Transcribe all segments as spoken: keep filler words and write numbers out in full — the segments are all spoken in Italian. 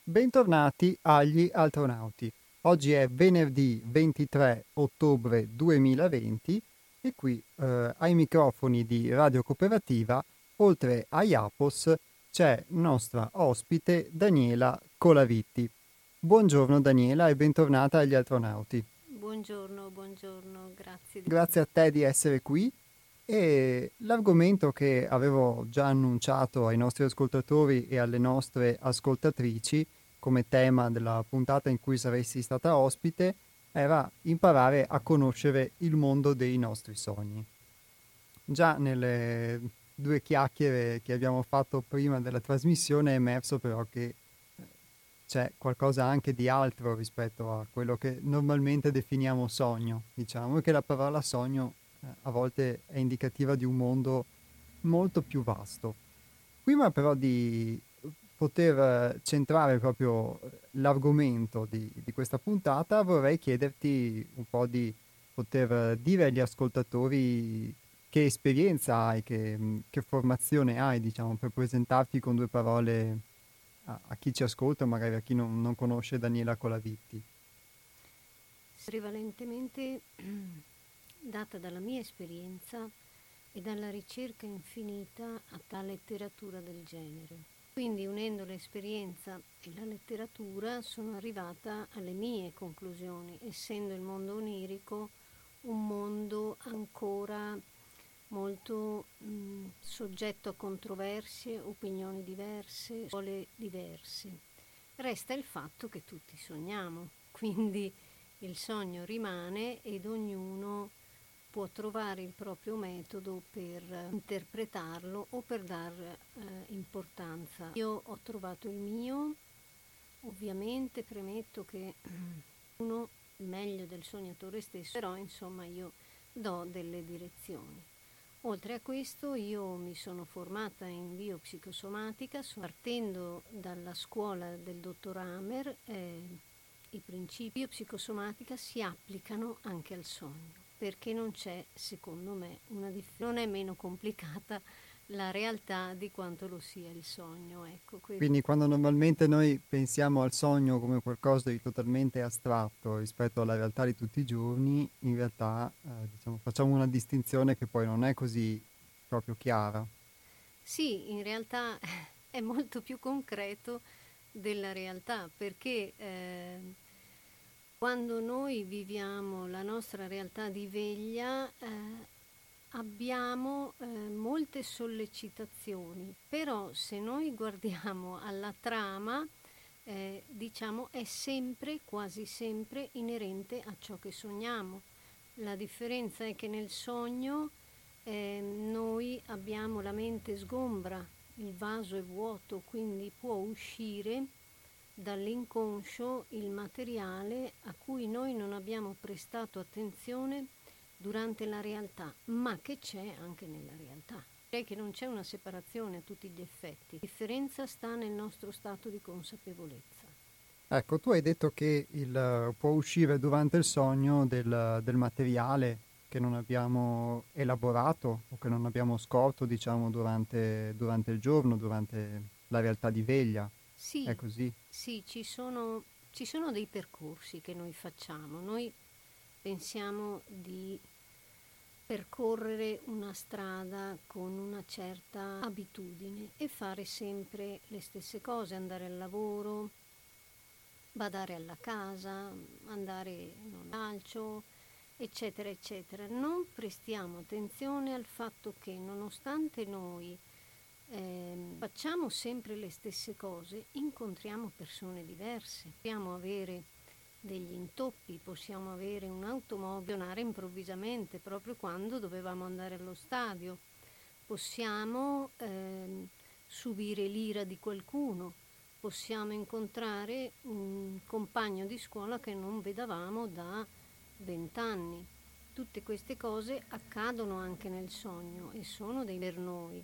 Bentornati agli Altronauti. Oggi è venerdì ventitré ottobre duemilaventi e qui eh, ai microfoni di Radio Cooperativa, oltre a Iapos, c'è nostra ospite Daniela Colavitti. Buongiorno Daniela e bentornata agli Altronauti. Buongiorno, buongiorno, grazie. Grazie a te di essere qui. E l'argomento che avevo già annunciato ai nostri ascoltatori e alle nostre ascoltatrici come tema della puntata in cui saresti stata ospite era imparare a conoscere il mondo dei nostri sogni. Già nelle due chiacchiere che abbiamo fatto prima della trasmissione è emerso però che c'è qualcosa anche di altro rispetto a quello che normalmente definiamo sogno, diciamo, e che la parola sogno eh, a volte è indicativa di un mondo molto più vasto. Prima però di poter eh, centrare proprio l'argomento di, di questa puntata, vorrei chiederti un po' di poter eh, dire agli ascoltatori che esperienza hai, che, che formazione hai, diciamo, per presentarti con due parole a, a chi ci ascolta, magari a chi non, non conosce Daniela Colavitti. Prevalentemente data dalla mia esperienza e dalla ricerca infinita a tale letteratura del genere. Quindi unendo l'esperienza e la letteratura sono arrivata alle mie conclusioni, essendo il mondo onirico un mondo ancora molto mh, soggetto a controversie, opinioni diverse, scuole diverse. Resta il fatto che tutti sogniamo, quindi il sogno rimane ed ognuno può trovare il proprio metodo per interpretarlo o per dar eh, importanza. Io ho trovato il mio, ovviamente premetto che uno meglio del sognatore stesso, però insomma io do delle direzioni. Oltre a questo io mi sono formata in biopsicosomatica, partendo dalla scuola del dottor Hammer. Eh, i principi biopsicosomatica si applicano anche al sogno, perché non c'è, secondo me, una dif- non è meno complicata la realtà di quanto lo sia il sogno. Ecco, Quindi quando normalmente noi pensiamo al sogno come qualcosa di totalmente astratto rispetto alla realtà di tutti i giorni, in realtà eh, diciamo, facciamo una distinzione che poi non è così proprio chiara. Sì, in realtà è molto più concreto della realtà, perché eh, quando noi viviamo la nostra realtà di veglia eh, abbiamo eh, molte sollecitazioni, però se noi guardiamo alla trama, eh, diciamo è sempre, quasi sempre inerente a ciò che sogniamo. La differenza è che nel sogno eh, noi abbiamo la mente sgombra, il vaso è vuoto, quindi può uscire dall'inconscio il materiale a cui noi non abbiamo prestato attenzione durante la realtà, ma che c'è anche nella realtà. Direi che non c'è una separazione a tutti gli effetti, la differenza sta nel nostro stato di consapevolezza. Ecco, tu hai detto che il, può uscire durante il sogno del, del materiale che non abbiamo elaborato o che non abbiamo scorto, diciamo, durante, durante il giorno, durante la realtà di veglia. È Sì, così? sì, ci sono, ci sono dei percorsi che noi facciamo. Noi pensiamo di percorrere una strada con una certa abitudine e fare sempre le stesse cose, andare al lavoro, badare alla casa, andare al calcio, eccetera, eccetera. Non prestiamo attenzione al fatto che nonostante noi ehm, facciamo sempre le stesse cose, incontriamo persone diverse. Possiamo avere degli intoppi, possiamo avere un'automobile improvvisamente proprio quando dovevamo andare allo stadio, possiamo ehm, subire l'ira di qualcuno, possiamo incontrare un compagno di scuola che non vedevamo da vent'anni. Tutte queste cose accadono anche nel sogno e sono dei per noi.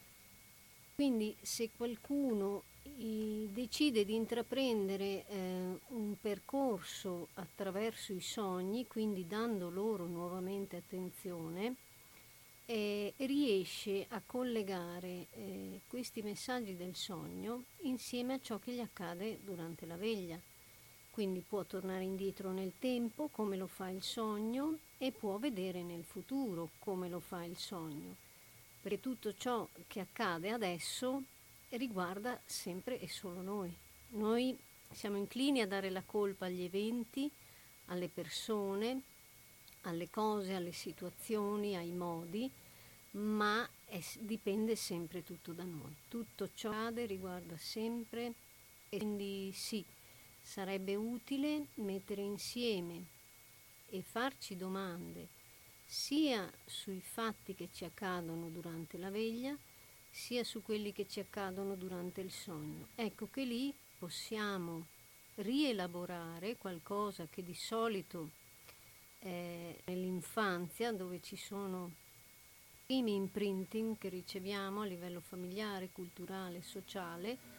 Quindi se qualcuno i, decide di intraprendere eh, un percorso attraverso i sogni, quindi dando loro nuovamente attenzione, eh, riesce a collegare eh, questi messaggi del sogno insieme a ciò che gli accade durante la veglia. Quindi può tornare indietro nel tempo come lo fa il sogno e può vedere nel futuro come lo fa il sogno, perché tutto ciò che accade adesso riguarda sempre e solo noi. Noi siamo inclini a dare la colpa agli eventi, alle persone, alle cose, alle situazioni, ai modi, ma è, dipende sempre tutto da noi. Tutto ciò che accade riguarda sempre, e quindi sì, sarebbe utile mettere insieme e farci domande sia sui fatti che ci accadono durante la veglia, sia su quelli che ci accadono durante il sogno. Ecco che lì possiamo rielaborare qualcosa che di solito è nell'infanzia, dove ci sono i primi imprinting che riceviamo a livello familiare, culturale, sociale,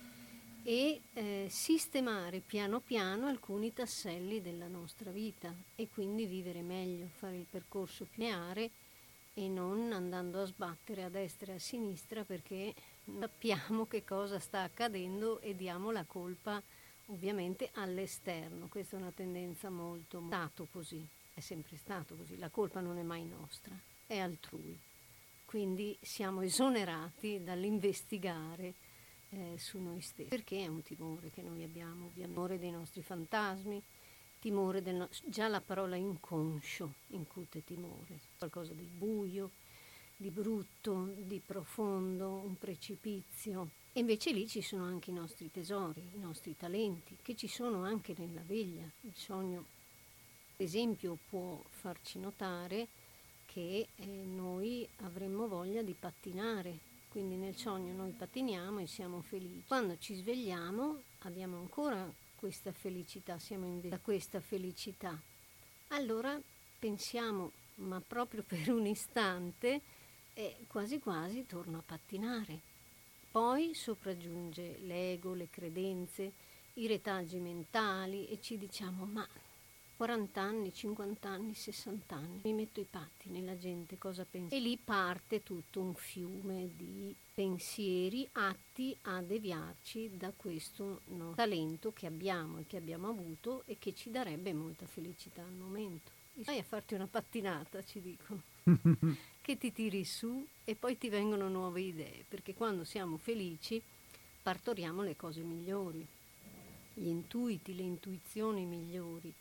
e eh, sistemare piano piano alcuni tasselli della nostra vita e quindi vivere meglio, fare il percorso lineare e non andando a sbattere a destra e a sinistra perché sappiamo che cosa sta accadendo e diamo la colpa ovviamente all'esterno. Questa è una tendenza molto, molto stato così, è sempre stato così, la colpa non è mai nostra, è altrui. Quindi siamo esonerati dall'investigare eh, su noi stessi, perché è un timore che noi abbiamo, ovviamente, timore dei nostri fantasmi, timore del no- già la parola inconscio incute timore, qualcosa di buio, di brutto, di profondo, un precipizio. E invece lì ci sono anche i nostri tesori, i nostri talenti, che ci sono anche nella veglia. Il sogno, ad esempio, può farci notare che eh, noi avremmo voglia di pattinare, quindi nel sogno noi pattiniamo e siamo felici. Quando ci svegliamo abbiamo ancora questa felicità, siamo invece da questa felicità. Allora pensiamo, ma proprio per un istante, eh, quasi quasi torno a pattinare. Poi sopraggiunge l'ego, le credenze, i retaggi mentali e ci diciamo, ma quaranta anni, cinquanta anni, sessanta anni, mi metto i pattini, la gente cosa pensa? E lì parte tutto un fiume di pensieri atti a deviarci da questo no, talento che abbiamo e che abbiamo avuto e che ci darebbe molta felicità al momento. Vai a farti una pattinata, ci dicono, che ti tiri su e poi ti vengono nuove idee, perché quando siamo felici partoriamo le cose migliori, gli intuiti, le intuizioni migliori,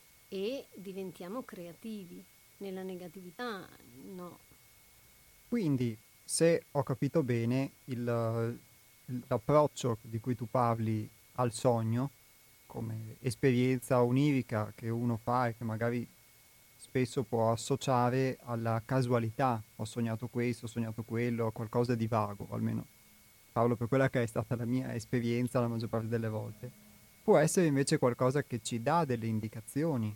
e diventiamo creativi. Nella negatività no. Quindi, se ho capito bene, il, l'approccio di cui tu parli al sogno, come esperienza onirica che uno fa e che magari spesso può associare alla casualità, ho sognato questo, ho sognato quello, qualcosa di vago, almeno parlo per quella che è stata la mia esperienza la maggior parte delle volte, può essere invece qualcosa che ci dà delle indicazioni.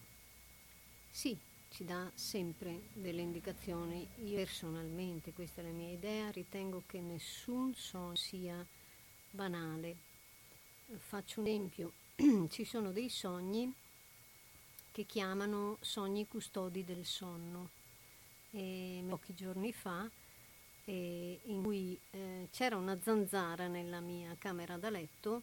Sì, ci dà sempre delle indicazioni. Io personalmente, questa è la mia idea, ritengo che nessun sogno sia banale. Faccio un esempio, ci sono dei sogni che chiamano sogni custodi del sonno. E pochi giorni fa, e in cui eh, c'era una zanzara nella mia camera da letto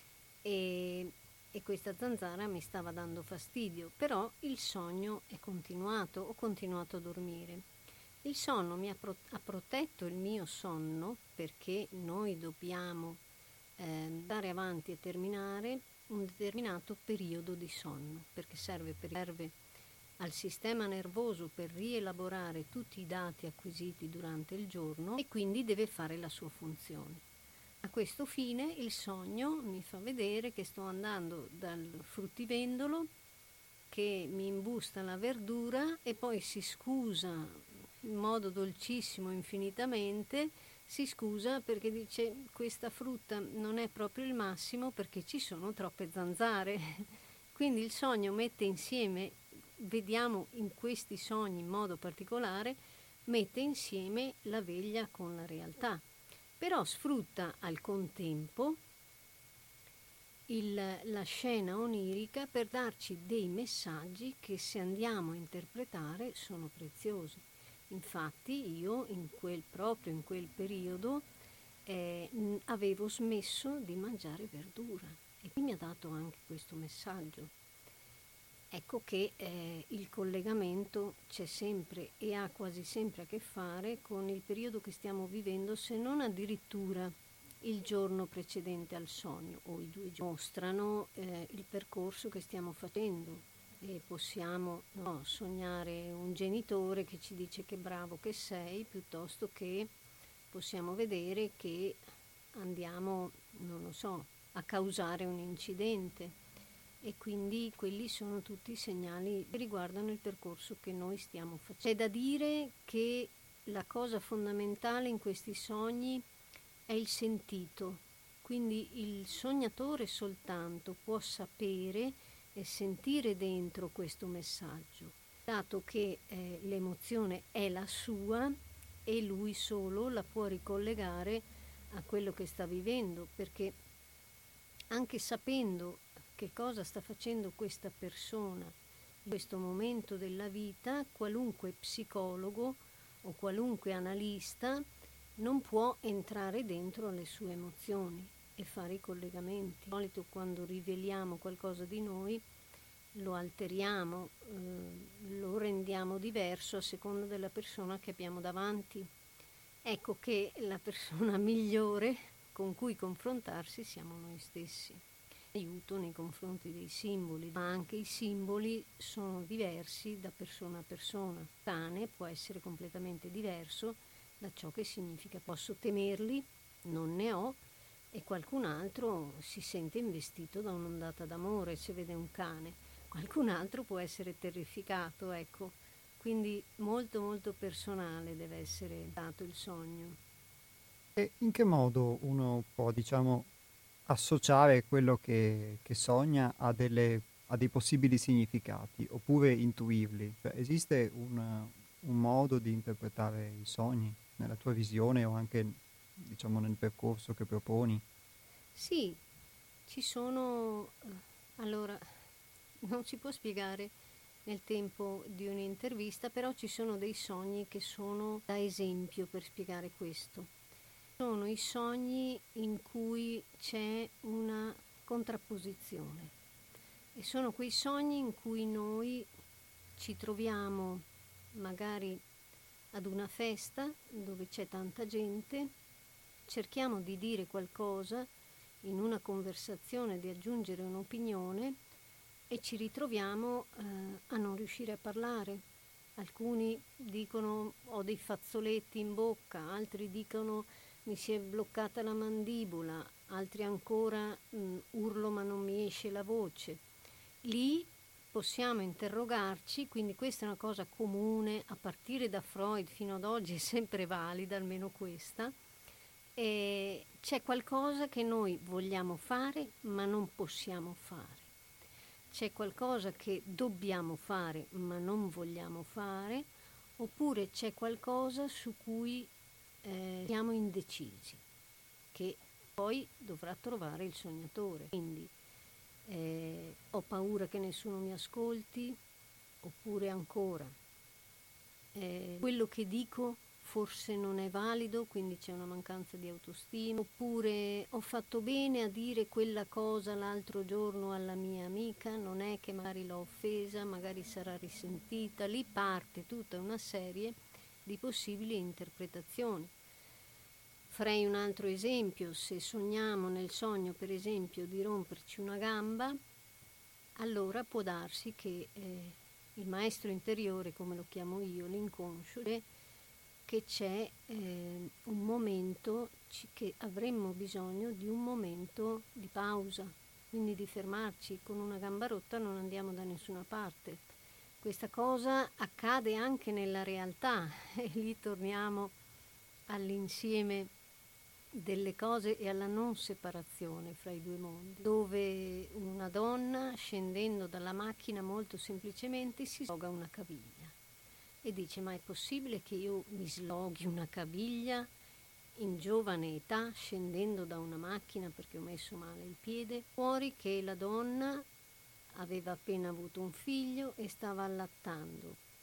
e, e questa zanzara mi stava dando fastidio, però il sogno è continuato, ho continuato a dormire. Il sonno mi ha, pro- ha protetto il mio sonno, perché noi dobbiamo eh, andare avanti e terminare un determinato periodo di sonno, perché serve, per, serve al sistema nervoso per rielaborare tutti i dati acquisiti durante il giorno e quindi deve fare la sua funzione. A questo fine il sogno mi fa vedere che sto andando dal fruttivendolo che mi imbusta la verdura e poi si scusa in modo dolcissimo infinitamente, si scusa perché dice questa frutta non è proprio il massimo perché ci sono troppe zanzare. Quindi il sogno mette insieme, vediamo in questi sogni in modo particolare, mette insieme la veglia con la realtà, però sfrutta al contempo il, la scena onirica per darci dei messaggi che, se andiamo a interpretare, sono preziosi. Infatti io in quel, proprio in quel periodo eh, n- avevo smesso di mangiare verdura e qui mi ha dato anche questo messaggio. Ecco che eh, il collegamento c'è sempre e ha quasi sempre a che fare con il periodo che stiamo vivendo, se non addirittura il giorno precedente al sogno o i due giorni. Mostrano eh, il percorso che stiamo facendo e possiamo no, sognare un genitore che ci dice che bravo che sei, piuttosto che possiamo vedere che andiamo, non lo so, a causare un incidente. E quindi quelli sono tutti segnali che riguardano il percorso che noi stiamo facendo. C'è da dire che la cosa fondamentale in questi sogni è il sentito, quindi il sognatore soltanto può sapere e sentire dentro questo messaggio, dato che eh, l'emozione è la sua e lui solo la può ricollegare a quello che sta vivendo, perché anche sapendo che cosa sta facendo questa persona in questo momento della vita, qualunque psicologo o qualunque analista non può entrare dentro le sue emozioni e fare i collegamenti. Di solito quando riveliamo qualcosa di noi lo alteriamo, eh, lo rendiamo diverso a seconda della persona che abbiamo davanti. Ecco che la persona migliore con cui confrontarsi siamo noi stessi. Aiuto nei confronti dei simboli, ma anche i simboli sono diversi da persona a persona. Il cane può essere completamente diverso da ciò che significa. Posso temerli, non ne ho, e qualcun altro si sente investito da un'ondata d'amore se vede un cane. Qualcun altro può essere terrificato, ecco. Quindi molto molto personale deve essere dato il sogno. E in che modo uno può, diciamo, associare quello che, che sogna a, delle, a dei possibili significati, oppure intuirli? Cioè, esiste un, un modo di interpretare i sogni nella tua visione o anche, diciamo, nel percorso che proponi? Sì, ci sono, eh, allora, non si può spiegare nel tempo di un'intervista, però ci sono dei sogni che sono da esempio per spiegare questo. Sono i sogni in cui c'è una contrapposizione e sono quei sogni in cui noi ci troviamo magari ad una festa dove c'è tanta gente, cerchiamo di dire qualcosa in una conversazione, di aggiungere un'opinione e ci ritroviamo eh, a non riuscire a parlare. Alcuni dicono ho dei fazzoletti in bocca, altri dicono mi si è bloccata la mandibola, altri ancora mh, urlo ma non mi esce la voce. Lì possiamo interrogarci, quindi questa è una cosa comune, a partire da Freud fino ad oggi è sempre valida, almeno questa. E c'è qualcosa che noi vogliamo fare ma non possiamo fare. C'è qualcosa che dobbiamo fare ma non vogliamo fare, oppure c'è qualcosa su cui eh, siamo indecisi, che poi dovrà trovare il sognatore. Quindi eh, ho paura che nessuno mi ascolti, oppure ancora eh, quello che dico forse non è valido, quindi c'è una mancanza di autostima, oppure ho fatto bene a dire quella cosa l'altro giorno alla mia amica, non è che magari l'ho offesa, magari sarà risentita. Lì parte tutta una serie di possibili interpretazioni. Farei un altro esempio: se sogniamo nel sogno per esempio di romperci una gamba, allora può darsi che eh, il maestro interiore, come lo chiamo io, l'inconscio, che c'è eh, un momento, che avremmo bisogno di un momento di pausa, quindi di fermarci. Con una gamba rotta non andiamo da nessuna parte. Questa cosa accade anche nella realtà e lì torniamo all'insieme delle cose e alla non separazione fra i due mondi, dove una donna scendendo dalla macchina molto semplicemente si sloga una caviglia e dice: ma è possibile che io mi sloghi una caviglia in giovane età scendendo da una macchina perché ho messo male il piede? Fuori che la donna aveva appena avuto un figlio e stava allattando.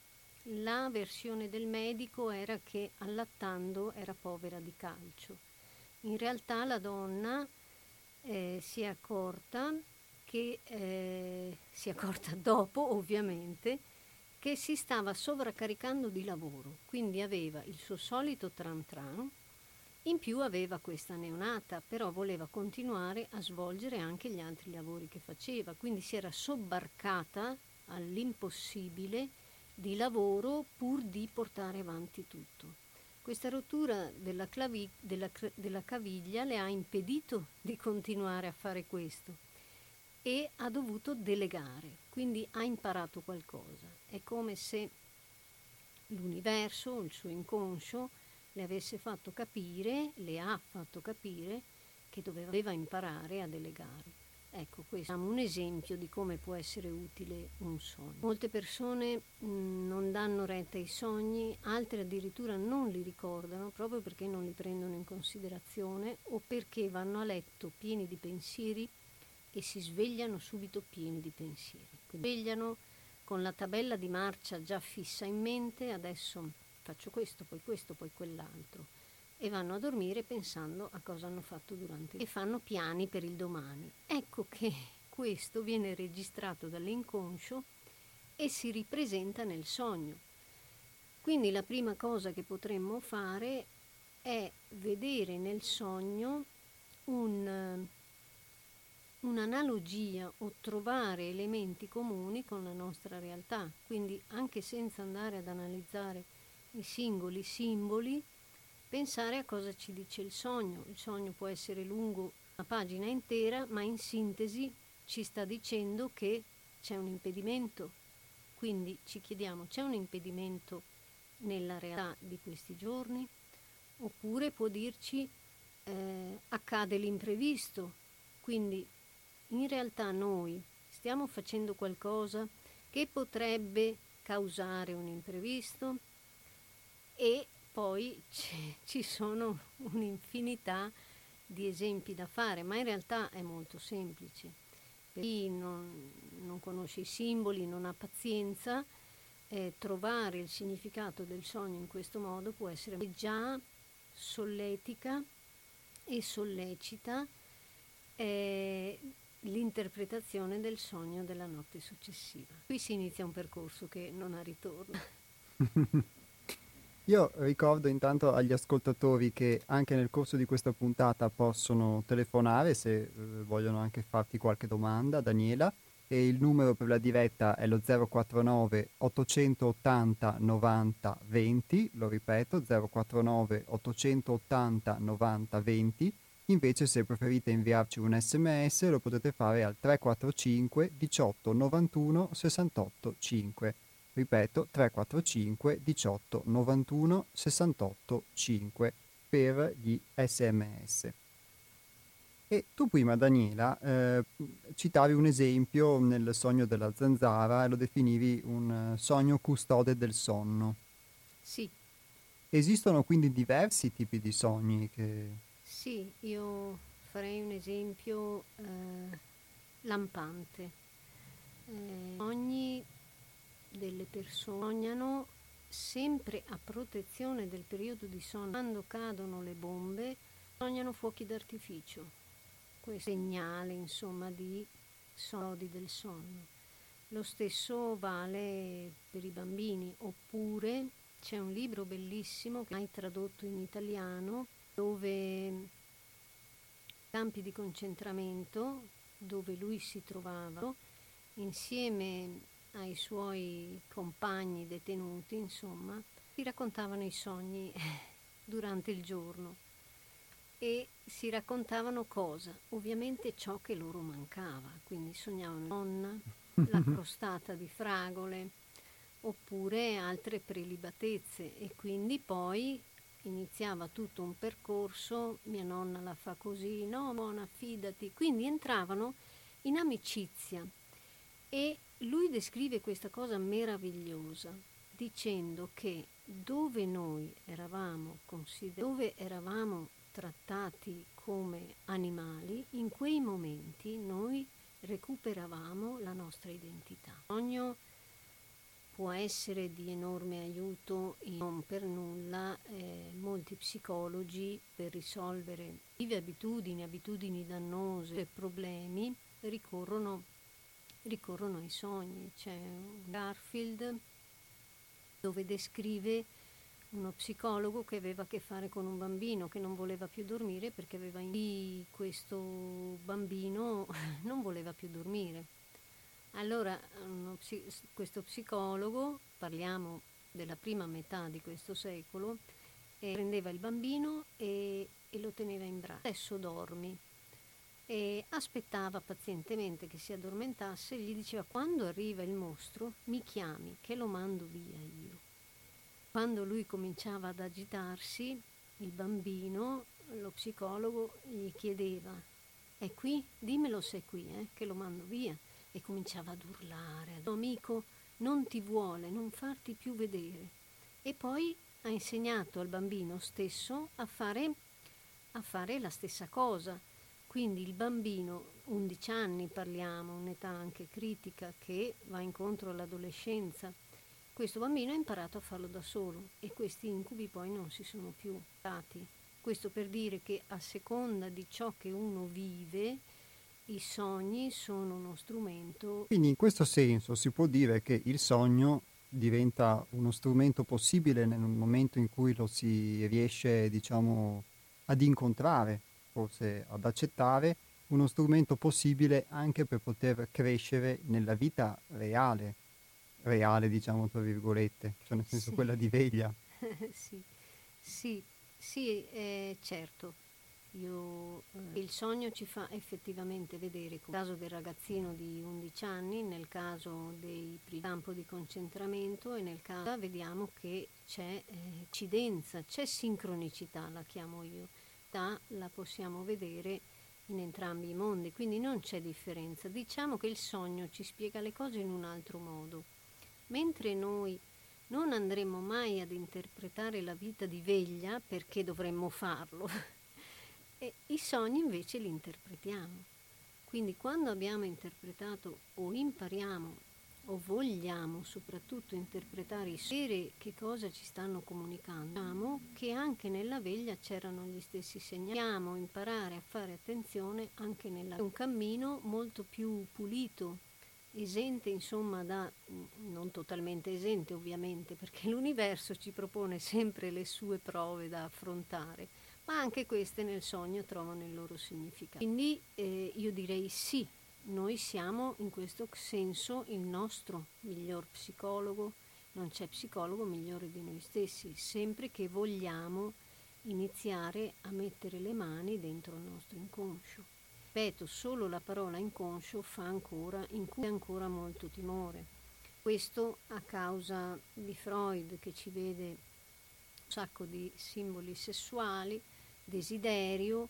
la versione del medico era che allattando era povera di calcio. In realtà la donna eh, si è accorta che eh, si è accorta dopo, ovviamente, che si stava sovraccaricando di lavoro, quindi aveva il suo solito tran tran, in più aveva questa neonata, però voleva continuare a svolgere anche gli altri lavori che faceva, quindi si era sobbarcata all'impossibile di lavoro pur di portare avanti tutto. Questa rottura della, clavi- della, della caviglia le ha impedito di continuare a fare questo e ha dovuto delegare, quindi ha imparato qualcosa. È come se l'universo, il suo inconscio, le avesse fatto capire, le ha fatto capire che doveva imparare a delegare. Ecco, questo è un esempio di come può essere utile un sogno. Molte persone mh, non danno retta ai sogni, altre addirittura non li ricordano proprio perché non li prendono in considerazione o perché vanno a letto pieni di pensieri e si svegliano subito pieni di pensieri. Quindi svegliano con la tabella di marcia già fissa in mente, adesso faccio questo, poi questo, poi quell'altro, e vanno a dormire pensando a cosa hanno fatto durante il giorno e fanno piani per il domani. Ecco che questo viene registrato dall'inconscio e si ripresenta nel sogno. Quindi la prima cosa che potremmo fare è vedere nel sogno un un'analogia o trovare elementi comuni con la nostra realtà, quindi anche senza andare ad analizzare i singoli simboli, pensare a cosa ci dice il sogno. Il sogno può essere lungo una pagina intera, ma in sintesi ci sta dicendo che c'è un impedimento, quindi ci chiediamo: c'è un impedimento nella realtà di questi giorni? Oppure può dirci eh, accade l'imprevisto, quindi in realtà noi stiamo facendo qualcosa che potrebbe causare un imprevisto e poi c- ci sono un'infinità di esempi da fare, ma in realtà è molto semplice. Per chi non, non conosce i simboli, non ha pazienza, eh, trovare il significato del sogno in questo modo può essere già solletica e sollecita eh, l'interpretazione del sogno della notte successiva. Qui si inizia un percorso che non ha ritorno. Io ricordo intanto agli ascoltatori che anche nel corso di questa puntata possono telefonare se eh, vogliono anche farti qualche domanda, Daniela, e il numero per la diretta è lo zero quattro nove ottocentottanta novanta venti, lo ripeto, zero quattro nove ottocentottanta novanta venti. Invece se preferite inviarci un sms lo potete fare al tre quattro cinque diciotto novantuno sessantotto cinque. Ripeto, tre quattro cinque diciotto novantuno sessantotto cinque per gli sms. E tu prima, Daniela, eh, citavi un esempio nel sogno della zanzara e lo definivi un eh, sogno custode del sonno. Sì, Esistono quindi diversi tipi di sogni che... sì, io farei un esempio eh, lampante. Eh, ogni delle persone sognano sempre a protezione del periodo di sonno. Quando cadono le bombe, sognano fuochi d'artificio. Questo è segnale, insomma, di soldi del sonno. Lo stesso vale per i bambini, oppure c'è un libro bellissimo che hai tradotto in italiano dove campi di concentramento dove lui si trovava insieme ai suoi compagni detenuti, insomma, si raccontavano i sogni durante il giorno e si raccontavano cosa? Ovviamente ciò che loro mancava, quindi sognavano la nonna, la crostata di fragole oppure altre prelibatezze e quindi poi iniziava tutto un percorso, mia nonna la fa così, no Mona, fidati, quindi entravano in amicizia e lui descrive questa cosa meravigliosa dicendo che dove noi eravamo consider- dove eravamo trattati come animali, in quei momenti noi recuperavamo la nostra identità. Il sogno può essere di enorme aiuto. Non per nulla eh, molti psicologi, per risolvere vive abitudini, abitudini dannose, problemi, ricorrono, ricorrono ai sogni. C'è un Garfield dove descrive uno psicologo che aveva a che fare con un bambino che non voleva più dormire perché aveva in questo bambino non voleva più dormire. Allora uno psi- questo psicologo, parliamo della prima metà di questo secolo, eh, prendeva il bambino e, e lo teneva in braccio. Adesso dormi. E aspettava pazientemente che si addormentasse e gli diceva: quando arriva il mostro mi chiami che lo mando via io. Quando lui cominciava ad agitarsi, il bambino, lo psicologo gli chiedeva: è qui? Dimmelo se è qui, eh, che lo mando via. E cominciava ad urlare: il tuo amico non ti vuole, non farti più vedere. E poi ha insegnato al bambino stesso a fare, a fare la stessa cosa. Quindi il bambino, undici anni parliamo, un'età anche critica che va incontro all'adolescenza, questo bambino ha imparato a farlo da solo e questi incubi poi non si sono più dati. Questo per dire che a seconda di ciò che uno vive, i sogni sono uno strumento. Quindi in questo senso si può dire che il sogno diventa uno strumento possibile nel momento in cui lo si riesce, diciamo, ad incontrare, forse ad accettare, uno strumento possibile anche per poter crescere nella vita reale, reale diciamo tra virgolette, cioè nel senso Sì, quella di veglia. sì, sì, sì, eh, certo. Io, eh, il sogno ci fa effettivamente vedere, nel caso del ragazzino di undici anni, nel caso del campo di concentramento e nel caso vediamo che c'è eh, incidenza, c'è sincronicità, la chiamo io, da, la possiamo vedere in entrambi i mondi, quindi non c'è differenza. Diciamo che il sogno ci spiega le cose in un altro modo, mentre noi non andremo mai ad interpretare la vita di veglia perché dovremmo farlo. E i sogni invece li interpretiamo. Quindi quando abbiamo interpretato o impariamo o vogliamo soprattutto interpretare i sogni, che cosa ci stanno comunicando, vediamo che anche nella veglia c'erano gli stessi segnali. Dobbiamo imparare a fare attenzione anche nella veglia. È un cammino molto più pulito, esente insomma da, non totalmente esente ovviamente, perché l'universo ci propone sempre le sue prove da affrontare, ma anche queste nel sogno trovano il loro significato. Quindi eh, io direi sì, noi siamo in questo senso il nostro miglior psicologo, non c'è psicologo migliore di noi stessi, sempre che vogliamo iniziare a mettere le mani dentro il nostro inconscio. Ripeto, solo la parola inconscio fa ancora, incute ancora molto timore. Questo a causa di Freud, che ci vede un sacco di simboli sessuali, desiderio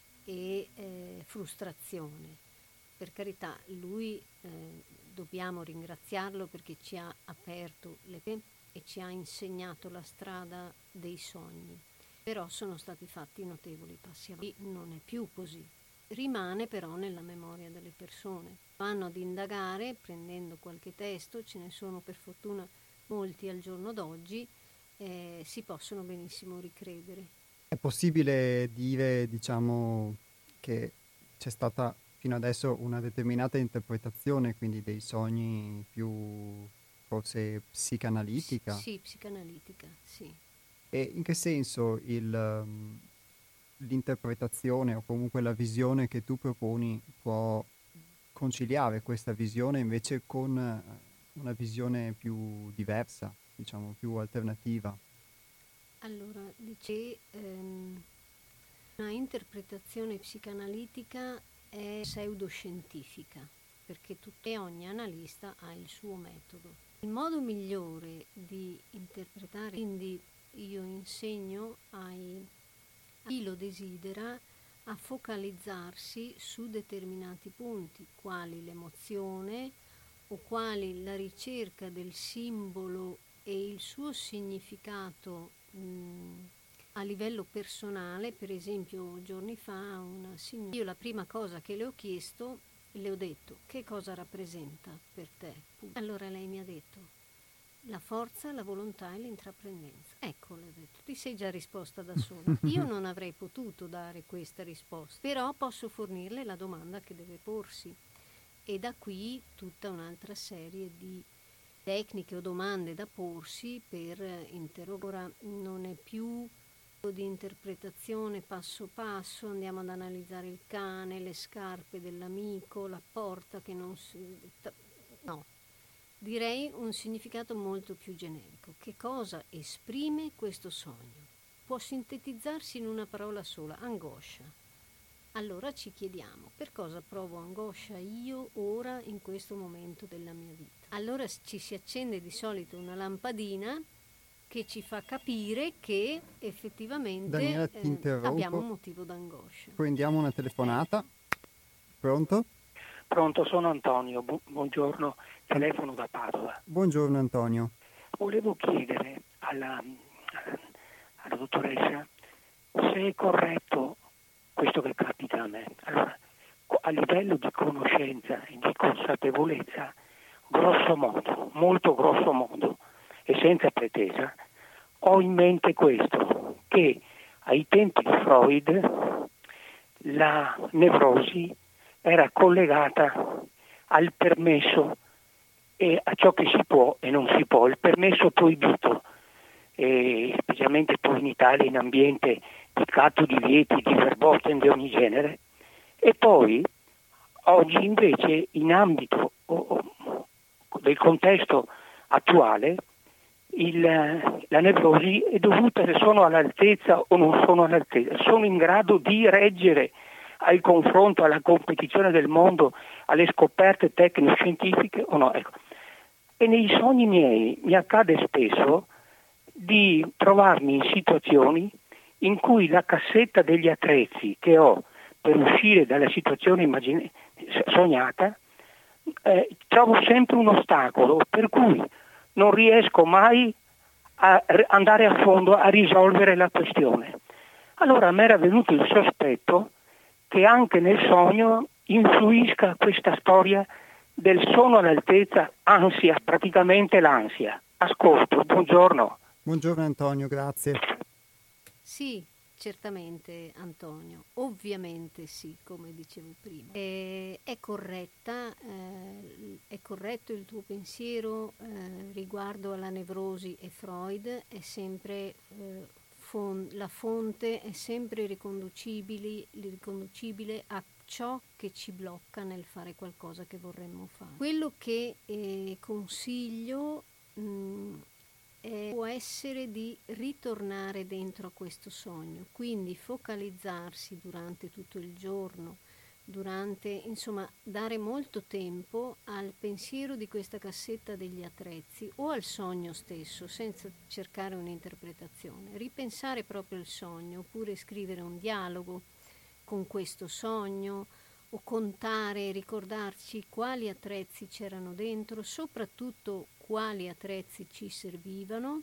e eh, frustrazione. Per carità, lui eh, dobbiamo ringraziarlo perché ci ha aperto le pe e ci ha insegnato la strada dei sogni. Però sono stati fatti notevoli passi avanti. Non è più così. Rimane però nella memoria delle persone. Vanno ad indagare prendendo qualche testo, ce ne sono per fortuna molti al giorno d'oggi, eh, si possono benissimo ricredere. È possibile dire, diciamo, che c'è stata fino adesso una determinata interpretazione, quindi dei sogni più forse S- psicanalitica? sì, psicanalitica, sì. E in che senso il, um, l'interpretazione o comunque la visione che tu proponi può conciliare questa visione invece con eh, una visione più diversa, diciamo, più alternativa? Allora, dice ehm, una interpretazione psicanalitica è pseudoscientifica, perché tutte e ogni analista ha il suo metodo. Il modo migliore di interpretare, quindi io insegno ai, a chi lo desidera a focalizzarsi su determinati punti, quali l'emozione o quali la ricerca del simbolo e il suo significato mh, a livello personale. Per esempio giorni fa una signora, io la prima cosa che le ho chiesto, le ho detto: che cosa rappresenta per te? Allora lei mi ha detto: la forza, la volontà e l'intraprendenza. Ecco, l'ho detto, ti sei già risposta da sola. Io non avrei potuto dare questa risposta, però posso fornirle la domanda che deve porsi. E da qui tutta un'altra serie di tecniche o domande da porsi per interrogare. Ora non è più di interpretazione passo passo, andiamo ad analizzare il cane, le scarpe dell'amico, la porta che non si... No, direi un significato molto più generico. Che cosa esprime questo sogno? Può sintetizzarsi in una parola sola: angoscia. Allora ci chiediamo: per cosa provo angoscia io ora in questo momento della mia vita? Allora ci si accende di solito una lampadina che ci fa capire che effettivamente Daniela, ti eh, interrompo. abbiamo un motivo d'angoscia. Prendiamo una telefonata. Pronto? Pronto, sono Antonio, Bu- buongiorno, telefono da Padova. Buongiorno Antonio. Volevo chiedere alla, alla dottoressa se è corretto questo che capita a me. Allora, a livello di conoscenza e di consapevolezza, grosso modo, molto grosso modo e senza pretesa, ho in mente questo, che ai tempi di Freud la nevrosi era collegata al permesso e a ciò che si può e non si può, il permesso proibito, e specialmente poi in Italia in ambiente di catto, divieti, di verboten di ogni genere. E poi oggi invece in ambito o, o, del contesto attuale il, la nevrosi è dovuta se sono all'altezza o non sono all'altezza, sono in grado di reggere al confronto, alla competizione del mondo, alle scoperte tecnico-scientifiche o no. Ecco. E nei sogni miei mi accade spesso di trovarmi in situazioni in cui la cassetta degli attrezzi che ho per uscire dalla situazione immagine, sognata, eh, trovo sempre un ostacolo, per cui non riesco mai a andare a fondo a risolvere la questione. Allora a me era venuto il sospetto che anche nel sogno influisca questa storia del sono all'altezza, ansia, praticamente l'ansia. Ascolto, buongiorno. Buongiorno Antonio, grazie. Sì, certamente Antonio, ovviamente sì, come dicevo prima. È, è corretta, eh, è corretto il tuo pensiero eh, riguardo alla nevrosi e Freud, è sempre... Eh, la fonte è sempre riconducibile, riconducibile a ciò che ci blocca nel fare qualcosa che vorremmo fare. Quello che eh, consiglio mh, è, può essere di ritornare dentro a questo sogno, quindi focalizzarsi durante tutto il giorno, durante, insomma, dare molto tempo al pensiero di questa cassetta degli attrezzi o al sogno stesso, senza cercare un'interpretazione. Ripensare proprio il sogno, oppure scrivere un dialogo con questo sogno, o contare, ricordarci quali attrezzi c'erano dentro, soprattutto quali attrezzi ci servivano,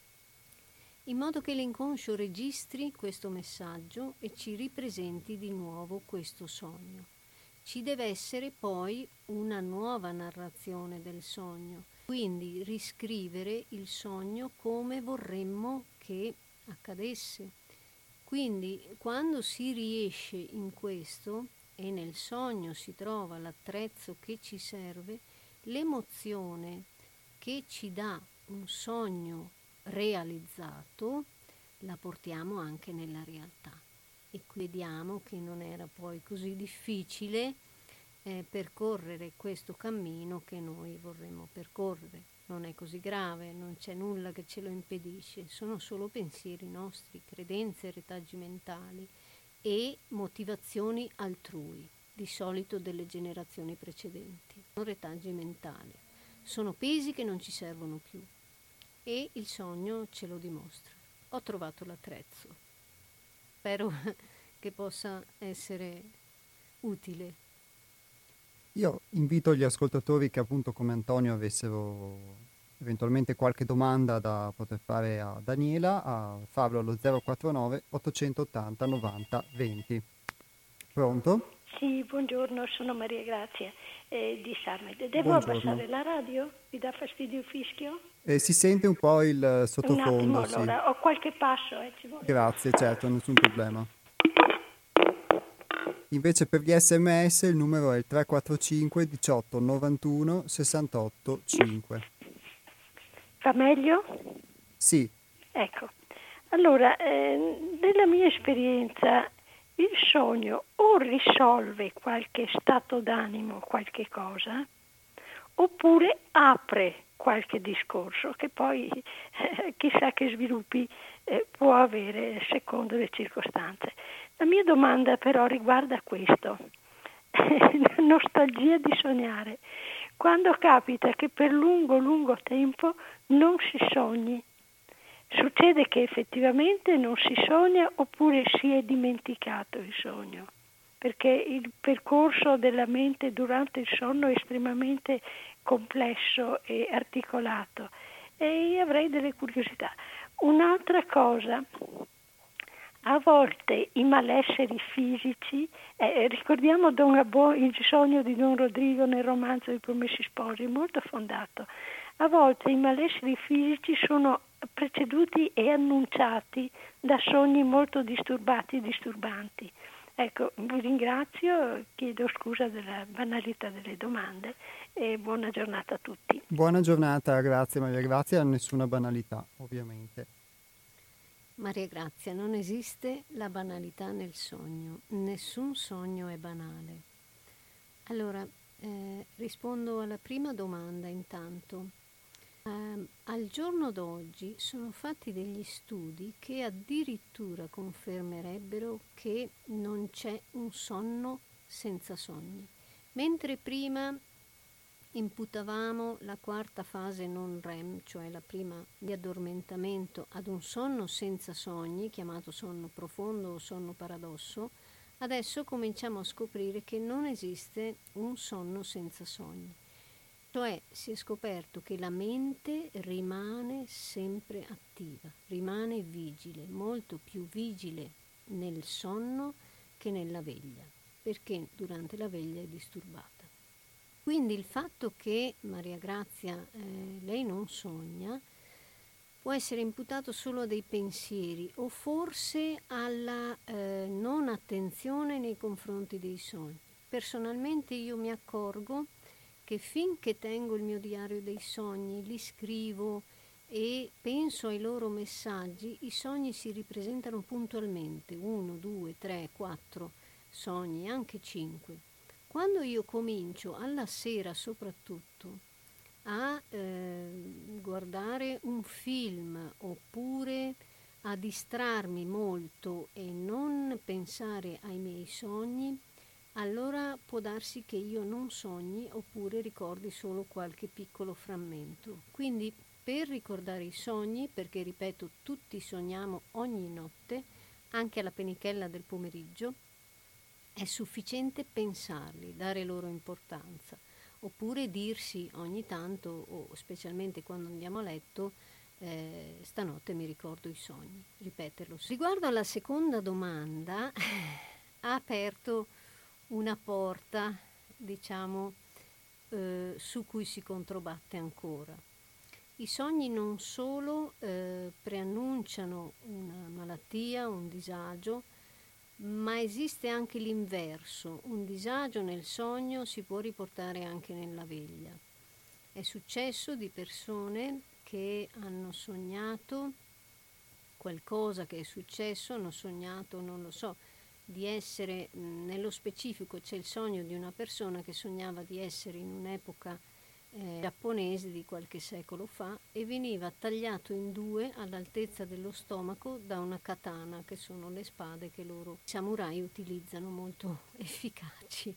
in modo che l'inconscio registri questo messaggio e ci ripresenti di nuovo questo sogno. Ci deve essere poi una nuova narrazione del sogno, quindi riscrivere il sogno come vorremmo che accadesse. Quindi quando si riesce in questo e nel sogno si trova l'attrezzo che ci serve, l'emozione che ci dà un sogno realizzato la portiamo anche nella realtà e vediamo che non era poi così difficile eh, percorrere questo cammino che noi vorremmo percorrere. Non è così grave, non c'è nulla che ce lo impedisce, sono solo pensieri nostri, credenze, retaggi mentali e motivazioni altrui, di solito delle generazioni precedenti. Non retaggi mentali, sono pesi che non ci servono più. E il sogno ce lo dimostra. Ho trovato l'attrezzo. Spero che possa essere utile. Io invito gli ascoltatori che appunto come Antonio avessero eventualmente qualche domanda da poter fare a Daniela a farlo allo zero quattro nove ottocentottanta novanta venti. Pronto? Sì, buongiorno, sono Maria Grazia eh, di Sarmed. Devo Buongiorno. abbassare la radio? Vi dà fastidio il fischio? Eh, si sente un po' il Un sottofondo, attimo sì. allora, ho qualche passo, eh, ci vuole. Grazie, certo, nessun problema. Invece per gli sms il numero è il tre quattro cinque diciotto novantuno sessantotto cinque. Va meglio? Sì, Ecco, allora, eh, nella mia esperienza il sogno o risolve qualche stato d'animo, qualche cosa, oppure apre qualche discorso che poi eh, chissà che sviluppi eh, può avere secondo le circostanze. La mia domanda però riguarda questo, nostalgia di sognare. Quando capita che per lungo, lungo tempo non si sogni, succede che effettivamente non si sogna oppure si è dimenticato il sogno? Perché il percorso della mente durante il sonno è estremamente complesso e articolato e io avrei delle curiosità. Un'altra cosa, a volte i malesseri fisici, eh, ricordiamo Don Abbò, il sogno di Don Rodrigo nel romanzo I Promessi Sposi, molto fondato, a volte i malesseri fisici sono preceduti e annunciati da sogni molto disturbati e disturbanti. Ecco, vi ringrazio, chiedo scusa della banalità delle domande e buona giornata a tutti. buona giornata, grazie Maria Grazia, nessuna banalità, ovviamente. Maria Grazia, non esiste la banalità nel sogno, nessun sogno è banale. Allora, eh, rispondo alla prima domanda intanto. Eh, al giorno d'oggi sono fatti degli studi che addirittura confermerebbero che non c'è un sonno senza sogni. Mentre prima imputavamo la quarta fase non REM, cioè la prima di addormentamento, ad un sonno senza sogni, chiamato sonno profondo o sonno paradosso, adesso cominciamo a scoprire che non esiste un sonno senza sogni. Cioè si è scoperto che la mente rimane sempre attiva, rimane vigile, molto più vigile nel sonno che nella veglia, perché durante la veglia è disturbata. Quindi il fatto che Maria Grazia, eh, lei non sogna, può essere imputato solo a dei pensieri o forse alla eh, non attenzione nei confronti dei sogni. Personalmente io mi accorgo che finché tengo il mio diario dei sogni, li scrivo e penso ai loro messaggi, i sogni si ripresentano puntualmente, uno, due, tre, quattro sogni, anche cinque. Quando io comincio, alla sera soprattutto, a eh, guardare un film oppure a distrarmi molto e non pensare ai miei sogni, allora può darsi che io non sogni oppure ricordi solo qualche piccolo frammento. Quindi per ricordare i sogni, perché ripeto, tutti sogniamo ogni notte, anche alla penichella del pomeriggio, è sufficiente pensarli, dare loro importanza, oppure dirsi ogni tanto, o specialmente quando andiamo a letto, eh, stanotte mi ricordo i sogni, ripeterlo. Riguardo alla seconda domanda, ha aperto una porta, diciamo, eh, su cui si controbatte ancora. I sogni non solo eh, preannunciano una malattia, un disagio, ma esiste anche l'inverso, un disagio nel sogno si può riportare anche nella veglia. È successo di persone che hanno sognato qualcosa che è successo, hanno sognato, non lo so, di essere, nello specifico c'è il sogno di una persona che sognava di essere in un'epoca eh, giapponese di qualche secolo fa e veniva tagliato in due all'altezza dello stomaco da una katana, che sono le spade che loro samurai utilizzano, molto efficaci.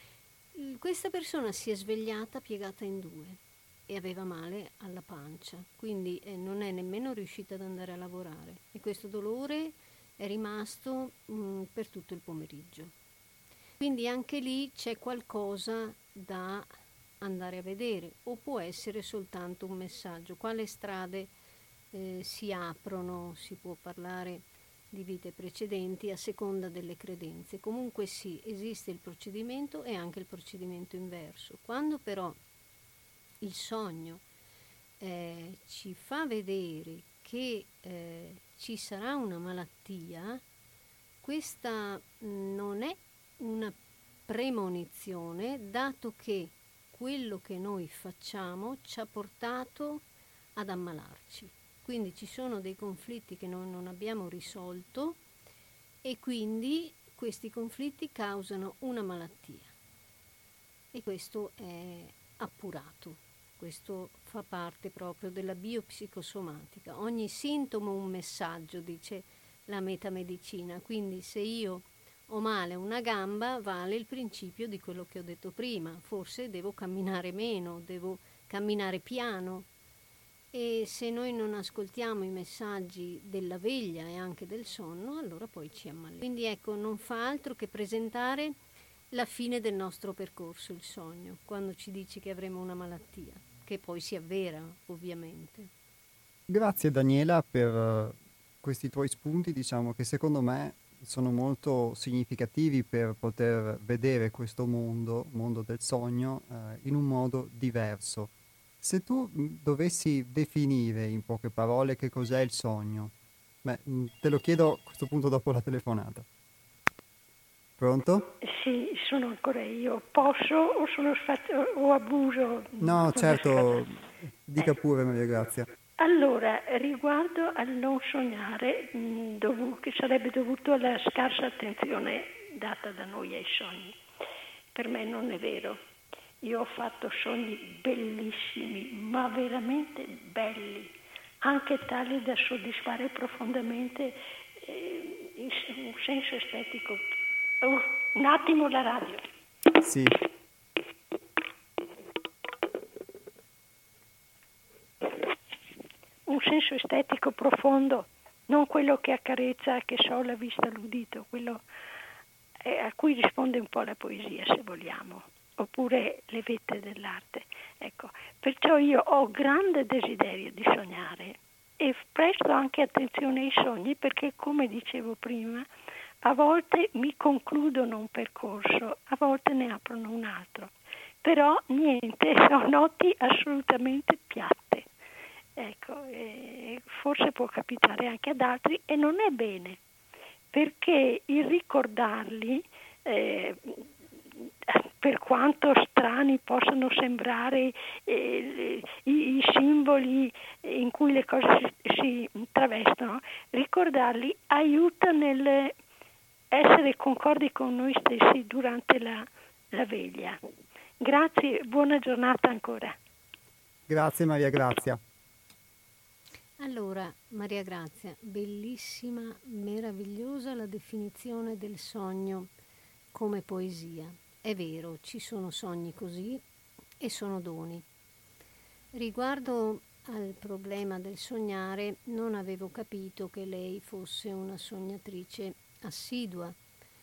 Questa persona si è svegliata piegata in due e aveva male alla pancia, quindi eh, non è nemmeno riuscita ad andare a lavorare e questo dolore è rimasto mh, per tutto il pomeriggio. Quindi anche lì c'è qualcosa da andare a vedere, o può essere soltanto un messaggio. Quale strade eh, si aprono? Si può parlare di vite precedenti a seconda delle credenze. Comunque sì, esiste il procedimento e anche il procedimento inverso. Quando però il sogno eh, ci fa vedere che eh, ci sarà una malattia, questa non è una premonizione, dato che quello che noi facciamo ci ha portato ad ammalarci. Quindi ci sono dei conflitti che noi non abbiamo risolto e quindi questi conflitti causano una malattia. E questo è appurato. Questo fa parte proprio della biopsicosomatica. Ogni sintomo un messaggio, dice la metamedicina. Quindi se io ho male a una gamba, vale il principio di quello che ho detto prima. Forse devo camminare meno, devo camminare piano. E se noi non ascoltiamo i messaggi della veglia e anche del sonno, allora poi ci ammaliamo. Quindi ecco, non fa altro che presentare la fine del nostro percorso, il sogno, quando ci dice che avremo una malattia, che poi si avvera, ovviamente. Grazie Daniela per eh, questi tuoi spunti, diciamo che secondo me sono molto significativi per poter vedere questo mondo, mondo del sogno, eh, in un modo diverso. Se tu mh, dovessi definire in poche parole che cos'è il sogno, beh, mh, te lo chiedo a questo punto dopo la telefonata. Pronto? Sì, sono ancora io. Posso o sono sfat- o abuso? No, Come certo, sfat- dica Eh. pure Maria Grazia. Allora, riguardo al non sognare, mh, dovu- che sarebbe dovuto alla scarsa attenzione data da noi ai sogni, per me non è vero. Io ho fatto sogni bellissimi, ma veramente belli, anche tali da soddisfare profondamente eh, in s- un senso estetico. Oh, un attimo la radio. Sì. Un senso estetico profondo, non quello che accarezza, che so, la vista, l'udito, quello eh, a cui risponde un po' la poesia, se vogliamo, oppure le vette dell'arte. Ecco, perciò io ho grande desiderio di sognare e presto anche attenzione ai sogni perché, come dicevo prima, a volte mi concludono un percorso, a volte ne aprono un altro. Però niente, sono notti assolutamente piatte. Ecco, eh, forse può capitare anche ad altri e non è bene, perché il ricordarli, eh, per quanto strani possano sembrare eh, i, i simboli in cui le cose si, si travestono, ricordarli aiuta nel essere concordi con noi stessi durante la, la veglia. Grazie, buona giornata ancora. Grazie Maria Grazia. Allora, Maria Grazia, bellissima, meravigliosa la definizione del sogno come poesia. È vero, ci sono sogni così e sono doni. Riguardo al problema del sognare, non avevo capito che lei fosse una sognatrice assidua.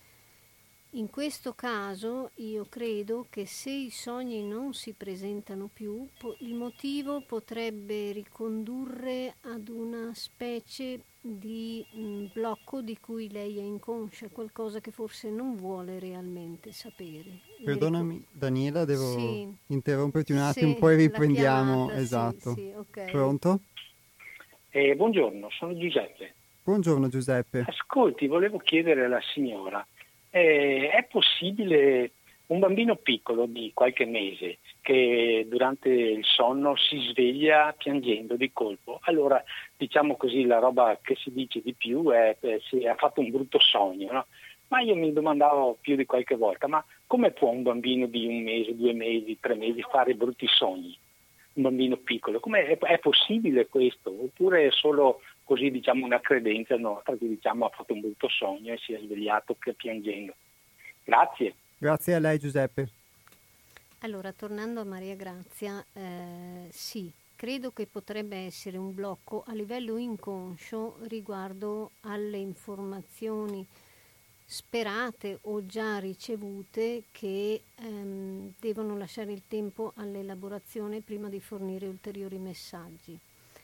In questo caso io credo che se i sogni non si presentano più, po- il motivo potrebbe ricondurre ad una specie di mh, blocco di cui lei è inconscia, qualcosa che forse non vuole realmente sapere. Le Perdonami rico- Daniela, devo Sì, interromperti un attimo, sì, poi la riprendiamo. chiamata, sì, Esatto. sì, ok. Pronto? Eh, buongiorno, sono Giuseppe. Buongiorno Giuseppe. Ascolti, volevo chiedere alla signora, eh, è possibile un bambino piccolo di qualche mese che durante il sonno si sveglia piangendo di colpo? Allora, diciamo così, la roba che si dice di più è che si ha fatto un brutto sogno, no? Ma io mi domandavo più di qualche volta, ma come può un bambino di un mese, due mesi, tre mesi fare brutti sogni? Un bambino piccolo, come è, è possibile questo? Oppure è solo così, diciamo, una credenza nostra che diciamo ha fatto un brutto sogno e si è svegliato piangendo? Grazie. Grazie a lei Giuseppe. Allora, tornando a Maria Grazia, eh, sì, credo che potrebbe essere un blocco a livello inconscio riguardo alle informazioni sperate o già ricevute che ehm, devono lasciare il tempo all'elaborazione prima di fornire ulteriori messaggi.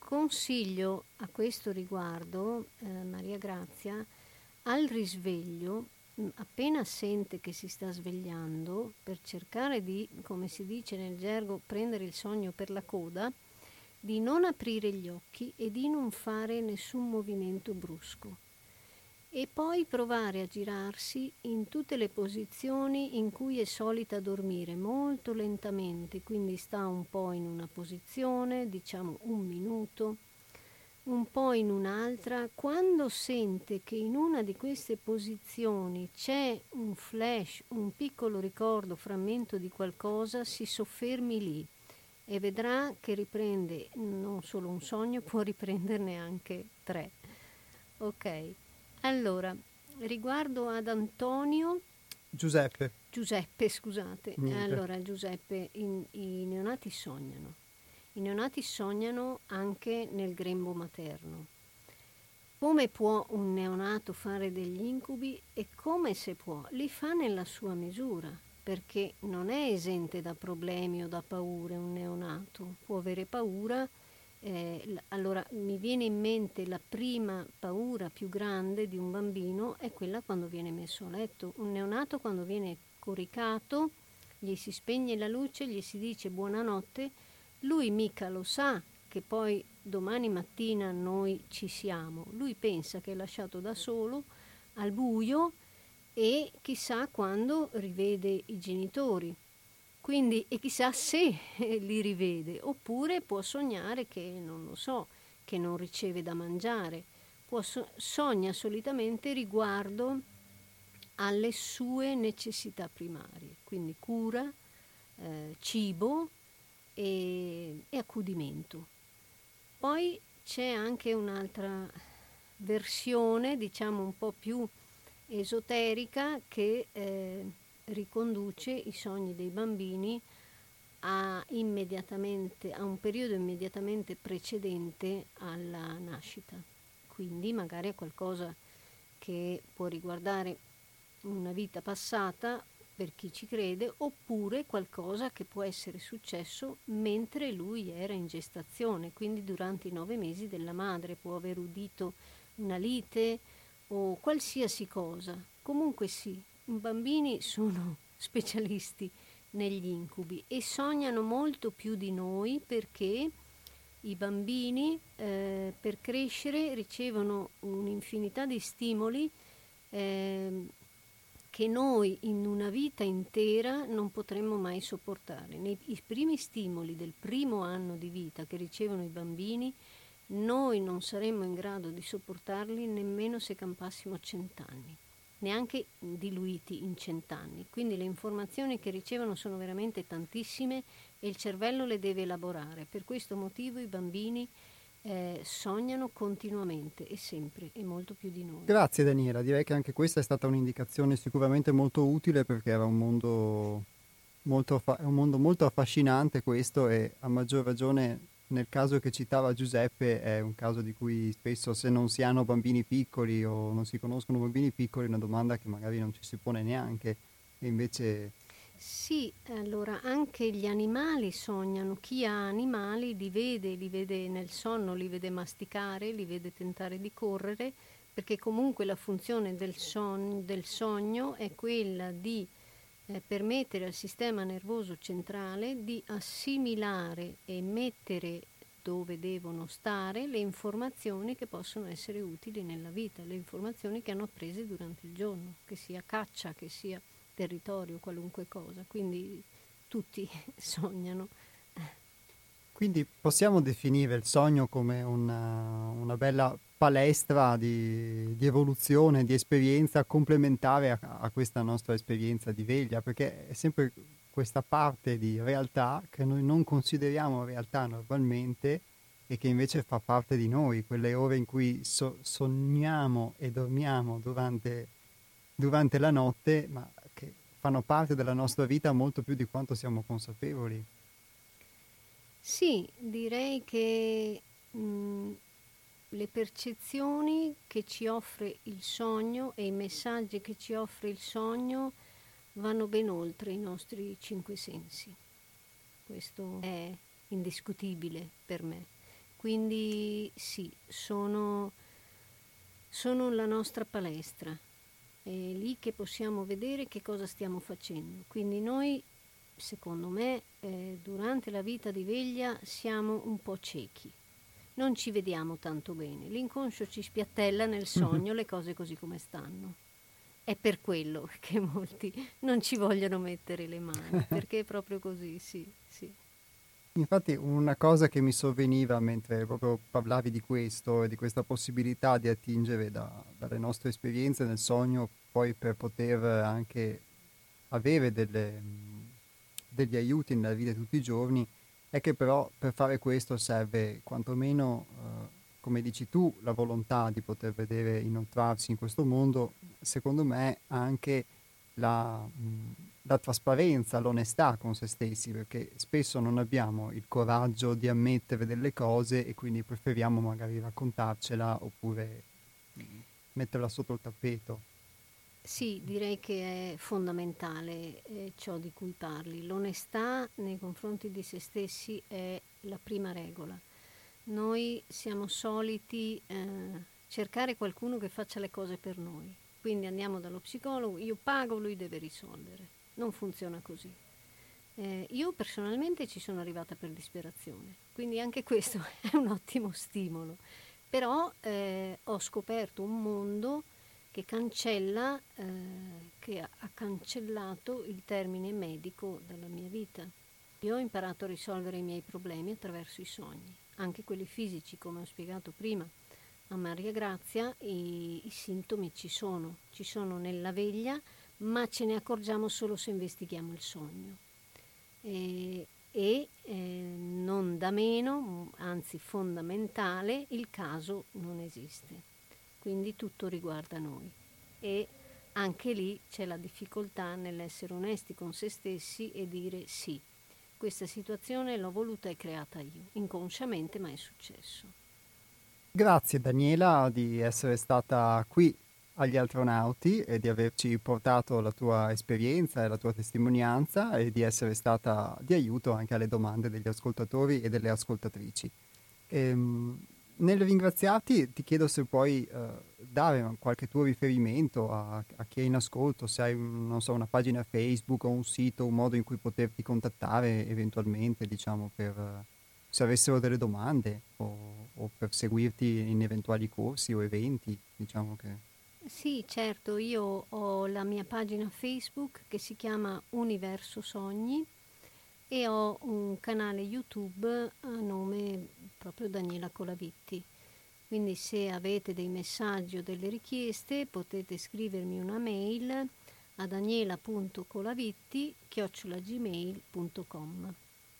consiglio a questo riguardo, eh, Maria Grazia, al risveglio, appena sente che si sta svegliando, per cercare di, come si dice nel gergo, prendere il sogno per la coda, di non aprire gli occhi e di non fare nessun movimento brusco. E poi provare a girarsi in tutte le posizioni in cui è solita dormire, molto lentamente, quindi sta un po' in una posizione, diciamo un minuto, un po' in un'altra. Quando sente che in una di queste posizioni c'è un flash, un piccolo ricordo, frammento di qualcosa, si soffermi lì e vedrà che riprende non solo un sogno, può riprenderne anche tre. Ok, allora, riguardo ad Antonio... Giuseppe. Giuseppe, scusate. Niente. Allora, Giuseppe, in- i neonati sognano. I neonati sognano anche nel grembo materno. Come può un neonato fare degli incubi? E come se può? Li fa nella sua misura, perché non è esente da problemi o da paure un neonato. Può avere paura. Eh, l- allora, mi viene in mente la prima paura più grande di un bambino è quella quando viene messo a letto. Un neonato quando viene coricato, gli si spegne la luce, gli si dice buonanotte, lui mica lo sa che poi domani mattina noi ci siamo. Lui pensa che è lasciato da solo, al buio, e chissà quando rivede i genitori. Quindi, e chissà se li rivede, oppure può sognare che, non lo so, che non riceve da mangiare. Può so- sogna solitamente riguardo alle sue necessità primarie, quindi cura, eh, cibo e, e accudimento. Poi c'è anche un'altra versione, diciamo un po' più esoterica, che eh, riconduce i sogni dei bambini a, immediatamente, a un periodo immediatamente precedente alla nascita. Quindi magari a qualcosa che può riguardare una vita passata per chi ci crede, oppure qualcosa che può essere successo mentre lui era in gestazione, quindi durante i nove mesi della madre. Può aver udito una lite o qualsiasi cosa. Comunque sì, i bambini sono specialisti negli incubi e sognano molto più di noi, perché i bambini eh, per crescere ricevono un'infinità di stimoli eh, che noi in una vita intera non potremmo mai sopportare. Nei i primi stimoli del primo anno di vita che ricevono i bambini, noi non saremmo in grado di sopportarli nemmeno se campassimo cent'anni, neanche diluiti in cent'anni. Quindi le informazioni che ricevono sono veramente tantissime e il cervello le deve elaborare. Per questo motivo i bambini eh, sognano continuamente e sempre, e molto più di noi. Grazie Daniela, direi che anche questa è stata un'indicazione sicuramente molto utile, perché era un mondo molto, affa- è un mondo molto affascinante questo, e a maggior ragione nel caso che citava Giuseppe è un caso di cui spesso, se non si hanno bambini piccoli o non si conoscono bambini piccoli, è una domanda che magari non ci si pone neanche, e invece... Sì, allora anche gli animali sognano. Chi ha animali li vede, li vede nel sonno, li vede masticare, li vede tentare di correre, perché comunque la funzione del, son- del sogno è quella di eh, permettere al sistema nervoso centrale di assimilare e mettere dove devono stare le informazioni che possono essere utili nella vita, le informazioni che hanno apprese durante il giorno, che sia caccia, che sia territorio, qualunque cosa. Quindi tutti sognano. Quindi possiamo definire il sogno come una, una bella palestra di, di evoluzione, di esperienza complementare a, a questa nostra esperienza di veglia, perché è sempre questa parte di realtà che noi non consideriamo realtà normalmente e che invece fa parte di noi, quelle ore in cui so- sogniamo e dormiamo durante, durante la notte, ma che fanno parte della nostra vita molto più di quanto siamo consapevoli. Sì, direi che mh, le percezioni che ci offre il sogno e i messaggi che ci offre il sogno vanno ben oltre i nostri cinque sensi. Questo è indiscutibile per me. Quindi sì, sono, sono la nostra palestra, è lì che possiamo vedere che cosa stiamo facendo. Quindi noi, secondo me, eh, durante la vita di veglia siamo un po' ciechi, non ci vediamo tanto bene, l'inconscio ci spiattella nel sogno le cose così come stanno. È per quello che molti non ci vogliono mettere le mani, perché è proprio così, sì, sì. Infatti una cosa che mi sovveniva mentre proprio parlavi di questo e di questa possibilità di attingere da, dalle nostre esperienze nel sogno poi per poter anche avere delle, degli aiuti nella vita di tutti i giorni, è che però per fare questo serve quantomeno, eh, come dici tu, la volontà di poter vedere inoltrarsi in questo mondo, secondo me anche la, mh, la trasparenza, l'onestà con se stessi, perché spesso non abbiamo il coraggio di ammettere delle cose e quindi preferiamo magari raccontarcela oppure mh, metterla sotto il tappeto. Sì, direi che è fondamentale eh, ciò di cui parli. L'onestà nei confronti di se stessi è la prima regola. Noi siamo soliti eh, cercare qualcuno che faccia le cose per noi. Quindi andiamo dallo psicologo, io pago, lui deve risolvere. Non funziona così. Eh, io personalmente ci sono arrivata per disperazione, quindi anche questo è un ottimo stimolo. Però eh, ho scoperto un mondo che cancella, eh, che ha cancellato il termine medico dalla mia vita. Io ho imparato a risolvere i miei problemi attraverso i sogni, anche quelli fisici, come ho spiegato prima. A Maria Grazia i, i sintomi ci sono, ci sono nella veglia, ma ce ne accorgiamo solo se investighiamo il sogno. E, e eh, non da meno, anzi fondamentale, il caso non esiste. Quindi tutto riguarda noi. E anche lì c'è la difficoltà nell'essere onesti con se stessi e dire sì, questa situazione l'ho voluta e creata io, inconsciamente, ma è successo. Grazie Daniela di essere stata qui agli Astronauti e di averci portato la tua esperienza e la tua testimonianza e di essere stata di aiuto anche alle domande degli ascoltatori e delle ascoltatrici. Ehm, nel ringraziarti ti chiedo se puoi eh, dare qualche tuo riferimento a, a chi è in ascolto, se hai un- non so, una pagina Facebook o un sito, un modo in cui poterti contattare eventualmente, diciamo, per eh, se avessero delle domande o, o per seguirti in eventuali corsi o eventi, diciamo che... Sì, certo, io ho la mia pagina Facebook che si chiama Universo Sogni e ho un canale YouTube a nome proprio Daniela Colavitti. Quindi se avete dei messaggi o delle richieste potete scrivermi una mail a daniela punto colavitti chiocciola gmail punto com.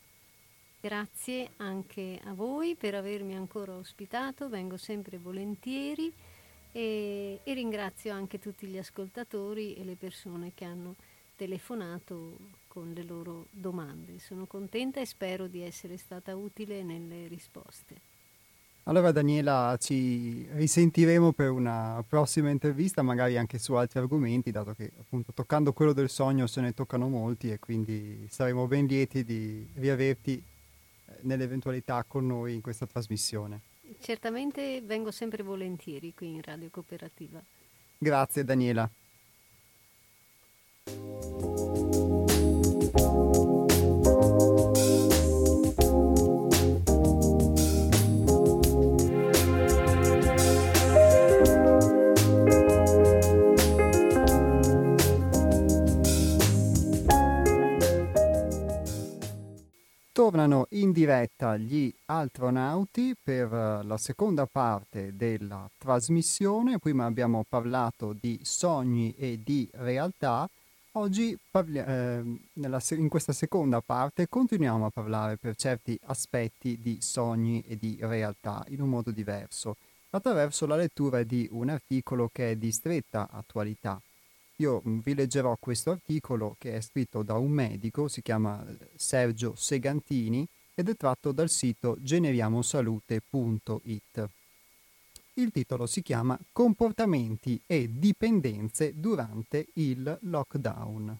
Grazie anche a voi per avermi ancora ospitato, vengo sempre volentieri e, e ringrazio anche tutti gli ascoltatori e le persone che hanno telefonato con le loro domande. Sono contenta e spero di essere stata utile nelle risposte. Allora Daniela, ci risentiremo per una prossima intervista, magari anche su altri argomenti, dato che appunto toccando quello del sogno se ne toccano molti e quindi saremo ben lieti di riaverti eh, nell'eventualità con noi in questa trasmissione. Certamente vengo sempre volentieri qui in Radio Cooperativa. Grazie Daniela. Tornano in diretta gli Astronauti per la seconda parte della trasmissione. Prima abbiamo parlato di sogni e di realtà. Oggi parli- eh, nella se- in questa seconda parte continuiamo a parlare per certi aspetti di sogni e di realtà in un modo diverso, attraverso la lettura di un articolo che è di stretta attualità. Io vi leggerò questo articolo che è scritto da un medico, si chiama Sergio Segantini ed è tratto dal sito generiamosalute punto it. Il titolo si chiama Comportamenti e dipendenze durante il lockdown.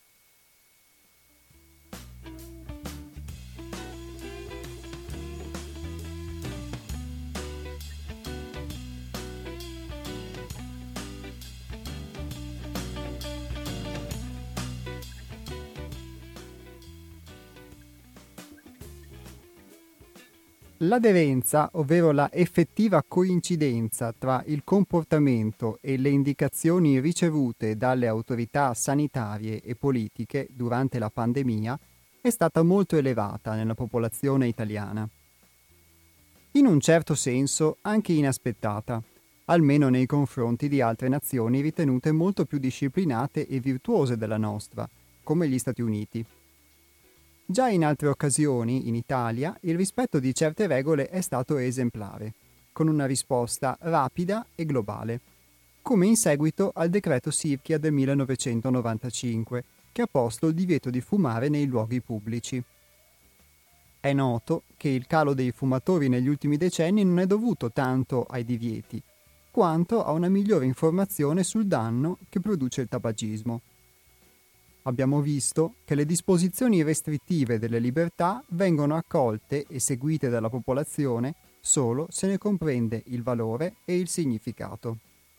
L'aderenza, ovvero la effettiva coincidenza tra il comportamento e le indicazioni ricevute dalle autorità sanitarie e politiche durante la pandemia, è stata molto elevata nella popolazione italiana. In un certo senso anche inaspettata, almeno nei confronti di altre nazioni ritenute molto più disciplinate e virtuose della nostra, come gli Stati Uniti. Già in altre occasioni, in Italia, il rispetto di certe regole è stato esemplare, con una risposta rapida e globale, come in seguito al decreto Sirchia del millenovecentonovantacinque, che ha posto il divieto di fumare nei luoghi pubblici. È noto che il calo dei fumatori negli ultimi decenni non è dovuto tanto ai divieti, quanto a una migliore informazione sul danno che produce il tabagismo. Abbiamo visto che le disposizioni restrittive delle libertà vengono accolte e seguite dalla popolazione solo se ne comprende il valore e il significato.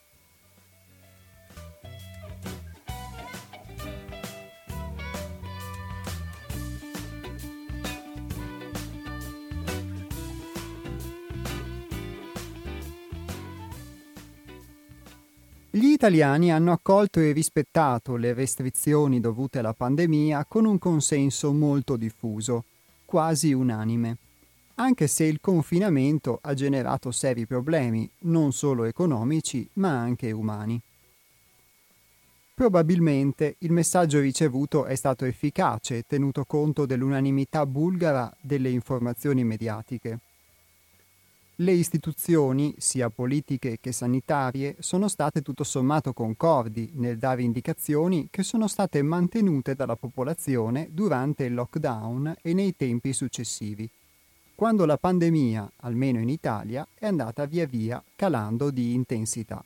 Gli italiani hanno accolto e rispettato le restrizioni dovute alla pandemia con un consenso molto diffuso, quasi unanime, anche se il confinamento ha generato seri problemi, non solo economici, ma anche umani. Probabilmente il messaggio ricevuto è stato efficace, tenuto conto dell'unanimità bulgara delle informazioni mediatiche. Le istituzioni, sia politiche che sanitarie, sono state tutto sommato concordi nel dare indicazioni che sono state mantenute dalla popolazione durante il lockdown e nei tempi successivi, quando la pandemia, almeno in Italia, è andata via via calando di intensità.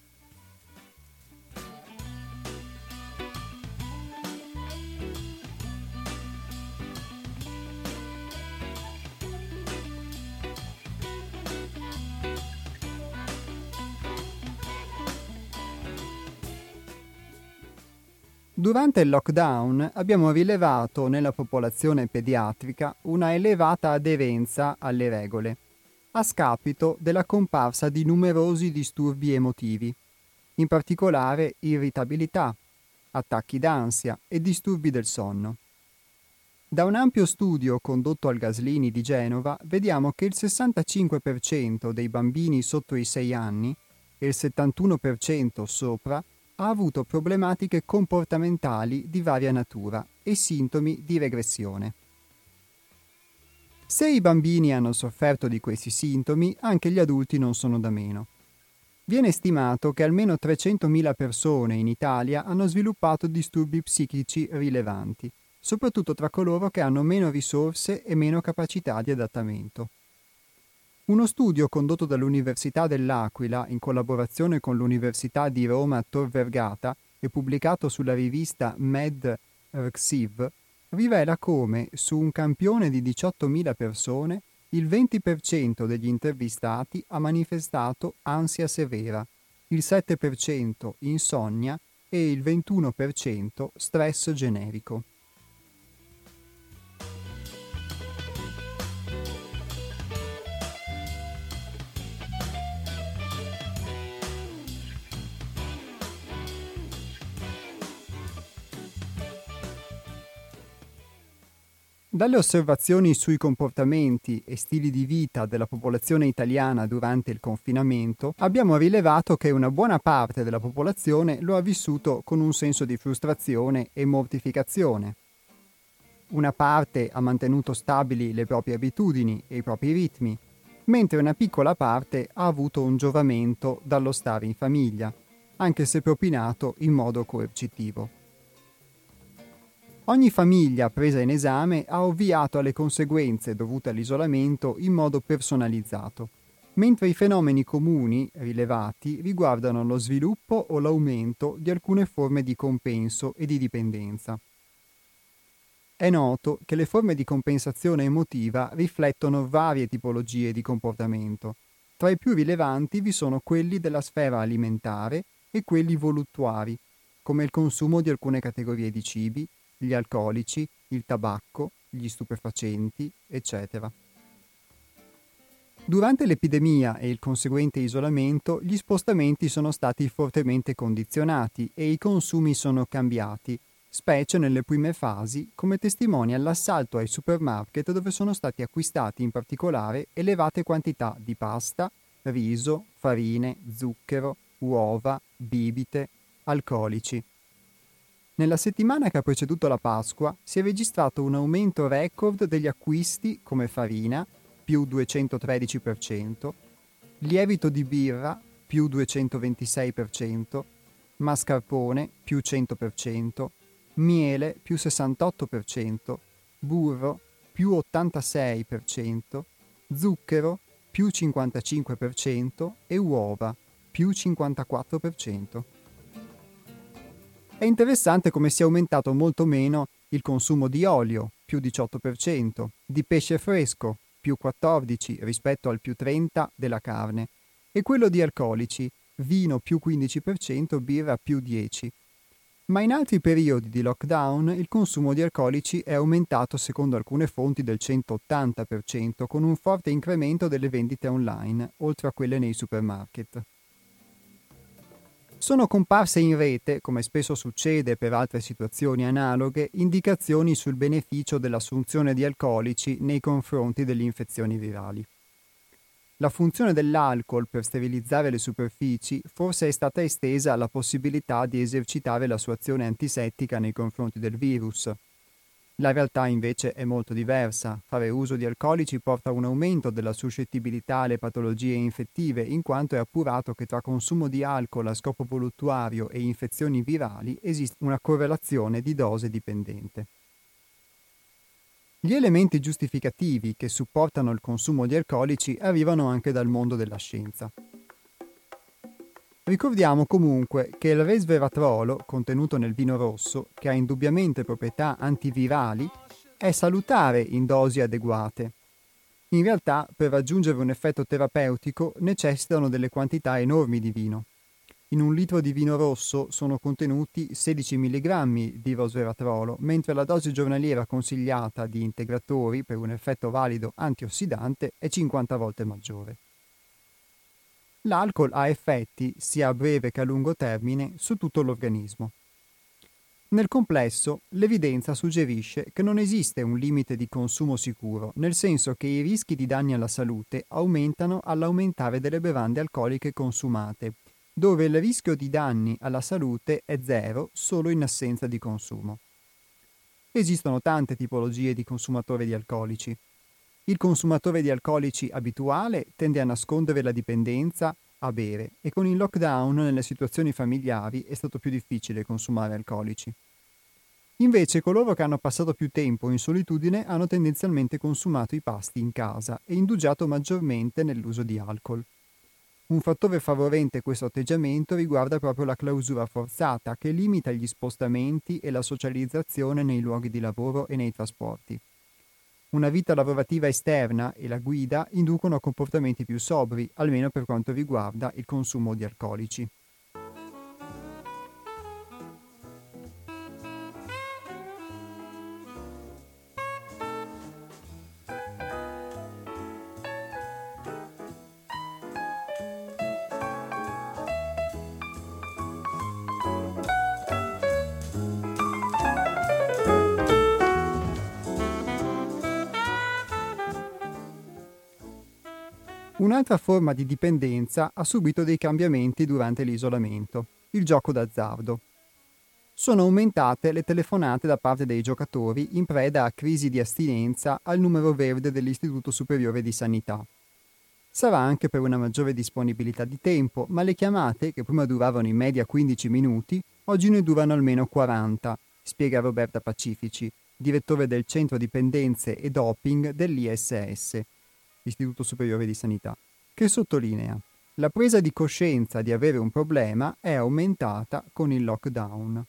Durante il lockdown abbiamo rilevato nella popolazione pediatrica una elevata aderenza alle regole, a scapito della comparsa di numerosi disturbi emotivi, in particolare irritabilità, attacchi d'ansia e disturbi del sonno. Da un ampio studio condotto al Gaslini di Genova vediamo che il sessantacinque per cento dei bambini sotto i sei anni e il settantuno per cento sopra ha avuto problematiche comportamentali di varia natura e sintomi di regressione. Se i bambini hanno sofferto di questi sintomi, anche gli adulti non sono da meno. Viene stimato che almeno trecentomila persone in Italia hanno sviluppato disturbi psichici rilevanti, soprattutto tra coloro che hanno meno risorse e meno capacità di adattamento. Uno studio condotto dall'Università dell'Aquila in collaborazione con l'Università di Roma Tor Vergata e pubblicato sulla rivista MedRxiv rivela come su un campione di diciottomila persone il venti per cento degli intervistati ha manifestato ansia severa, il sette per cento insonnia e il ventuno per cento stress generico. Dalle osservazioni sui comportamenti e stili di vita della popolazione italiana durante il confinamento, abbiamo rilevato che una buona parte della popolazione lo ha vissuto con un senso di frustrazione e mortificazione. Una parte ha mantenuto stabili le proprie abitudini e i propri ritmi, mentre una piccola parte ha avuto un giovamento dallo stare in famiglia, anche se propinato in modo coercitivo. Ogni famiglia presa in esame ha ovviato alle conseguenze dovute all'isolamento in modo personalizzato, mentre i fenomeni comuni rilevati riguardano lo sviluppo o l'aumento di alcune forme di compenso e di dipendenza. È noto che le forme di compensazione emotiva riflettono varie tipologie di comportamento. Tra i più rilevanti vi sono quelli della sfera alimentare e quelli voluttuari, come il consumo di alcune categorie di cibi, gli alcolici, il tabacco, gli stupefacenti, eccetera. Durante l'epidemia e il conseguente isolamento, gli spostamenti sono stati fortemente condizionati e i consumi sono cambiati, specie nelle prime fasi, come testimonia l'assalto ai supermarket dove sono stati acquistati in particolare elevate quantità di pasta, riso, farine, zucchero, uova, bibite, alcolici. Nella settimana che ha preceduto la Pasqua si è registrato un aumento record degli acquisti come farina, più duecentotredici per cento, lievito di birra, più duecentoventisei per cento, mascarpone, più cento per cento, miele, più sessantotto per cento, burro, più ottantasei per cento, zucchero, più cinquantacinque per cento e uova, più cinquantaquattro per cento. È interessante come sia aumentato molto meno il consumo di olio, più diciotto per cento, di pesce fresco, più quattordici rispetto al più trenta della carne, e quello di alcolici, vino più quindici per cento, birra più dieci per cento. Ma in altri periodi di lockdown il consumo di alcolici è aumentato secondo alcune fonti del centottanta per cento, con un forte incremento delle vendite online, oltre a quelle nei supermarket. Sono comparse in rete, come spesso succede per altre situazioni analoghe, indicazioni sul beneficio dell'assunzione di alcolici nei confronti delle infezioni virali. La funzione dell'alcol per sterilizzare le superfici forse è stata estesa alla possibilità di esercitare la sua azione antisettica nei confronti del virus. La realtà invece è molto diversa. Fare uso di alcolici porta a un aumento della suscettibilità alle patologie infettive, in quanto è appurato che tra consumo di alcol a scopo voluttuario e infezioni virali esiste una correlazione di dose dipendente. Gli elementi giustificativi che supportano il consumo di alcolici arrivano anche dal mondo della scienza. Ricordiamo comunque che il resveratrolo, contenuto nel vino rosso, che ha indubbiamente proprietà antivirali, è salutare in dosi adeguate. In realtà, per raggiungere un effetto terapeutico, necessitano delle quantità enormi di vino. In un litro di vino rosso sono contenuti sedici milligrammi di resveratrolo, mentre la dose giornaliera consigliata di integratori per un effetto valido antiossidante è cinquanta volte maggiore. L'alcol ha effetti, sia a breve che a lungo termine, su tutto l'organismo. Nel complesso, l'evidenza suggerisce che non esiste un limite di consumo sicuro, nel senso che i rischi di danni alla salute aumentano all'aumentare delle bevande alcoliche consumate, dove il rischio di danni alla salute è zero solo in assenza di consumo. Esistono tante tipologie di consumatore di alcolici. Il consumatore di alcolici abituale tende a nascondere la dipendenza a bere e con il lockdown nelle situazioni familiari è stato più difficile consumare alcolici. Invece coloro che hanno passato più tempo in solitudine hanno tendenzialmente consumato i pasti in casa e indugiato maggiormente nell'uso di alcol. Un fattore favorente questo atteggiamento riguarda proprio la clausura forzata, che limita gli spostamenti e la socializzazione nei luoghi di lavoro e nei trasporti. Una vita lavorativa esterna e la guida inducono a comportamenti più sobri, almeno per quanto riguarda il consumo di alcolici. Un'altra forma di dipendenza ha subito dei cambiamenti durante l'isolamento, il gioco d'azzardo. Sono aumentate le telefonate da parte dei giocatori in preda a crisi di astinenza al numero verde dell'Istituto Superiore di Sanità. Sarà anche per una maggiore disponibilità di tempo, ma le chiamate, che prima duravano in media quindici minuti, oggi ne durano almeno quaranta, spiega Roberta Pacifici, direttore del Centro Dipendenze e Doping dell'I S S. Istituto Superiore di Sanità, che sottolinea: la presa di coscienza di avere un problema è aumentata con il lockdown.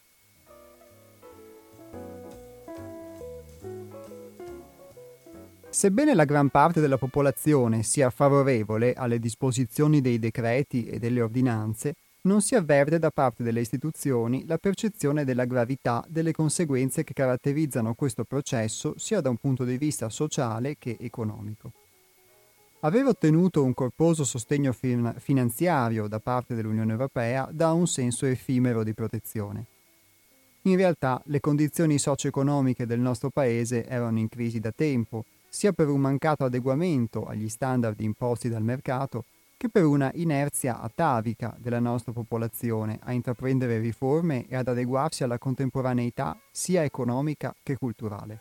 Sebbene la gran parte della popolazione sia favorevole alle disposizioni dei decreti e delle ordinanze, non si avverte da parte delle istituzioni la percezione della gravità delle conseguenze che caratterizzano questo processo sia da un punto di vista sociale che economico. aveva ottenuto un corposo sostegno fin- finanziario da parte dell'Unione Europea da un senso effimero di protezione. In realtà le condizioni socio-economiche del nostro paese erano in crisi da tempo, sia per un mancato adeguamento agli standard imposti dal mercato, che per una inerzia atavica della nostra popolazione a intraprendere riforme e ad adeguarsi alla contemporaneità sia economica che culturale.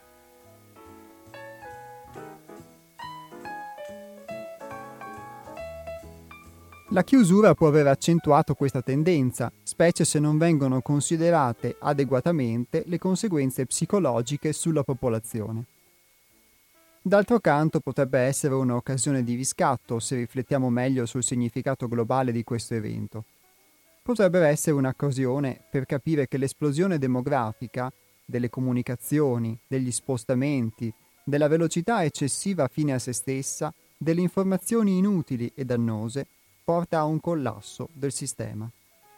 La chiusura può aver accentuato questa tendenza, specie se non vengono considerate adeguatamente le conseguenze psicologiche sulla popolazione. D'altro canto potrebbe essere un'occasione di riscatto se riflettiamo meglio sul significato globale di questo evento. Potrebbe essere un'occasione per capire che l'esplosione demografica, delle comunicazioni, degli spostamenti, della velocità eccessiva fine a se stessa, delle informazioni inutili e dannose, porta a un collasso del sistema.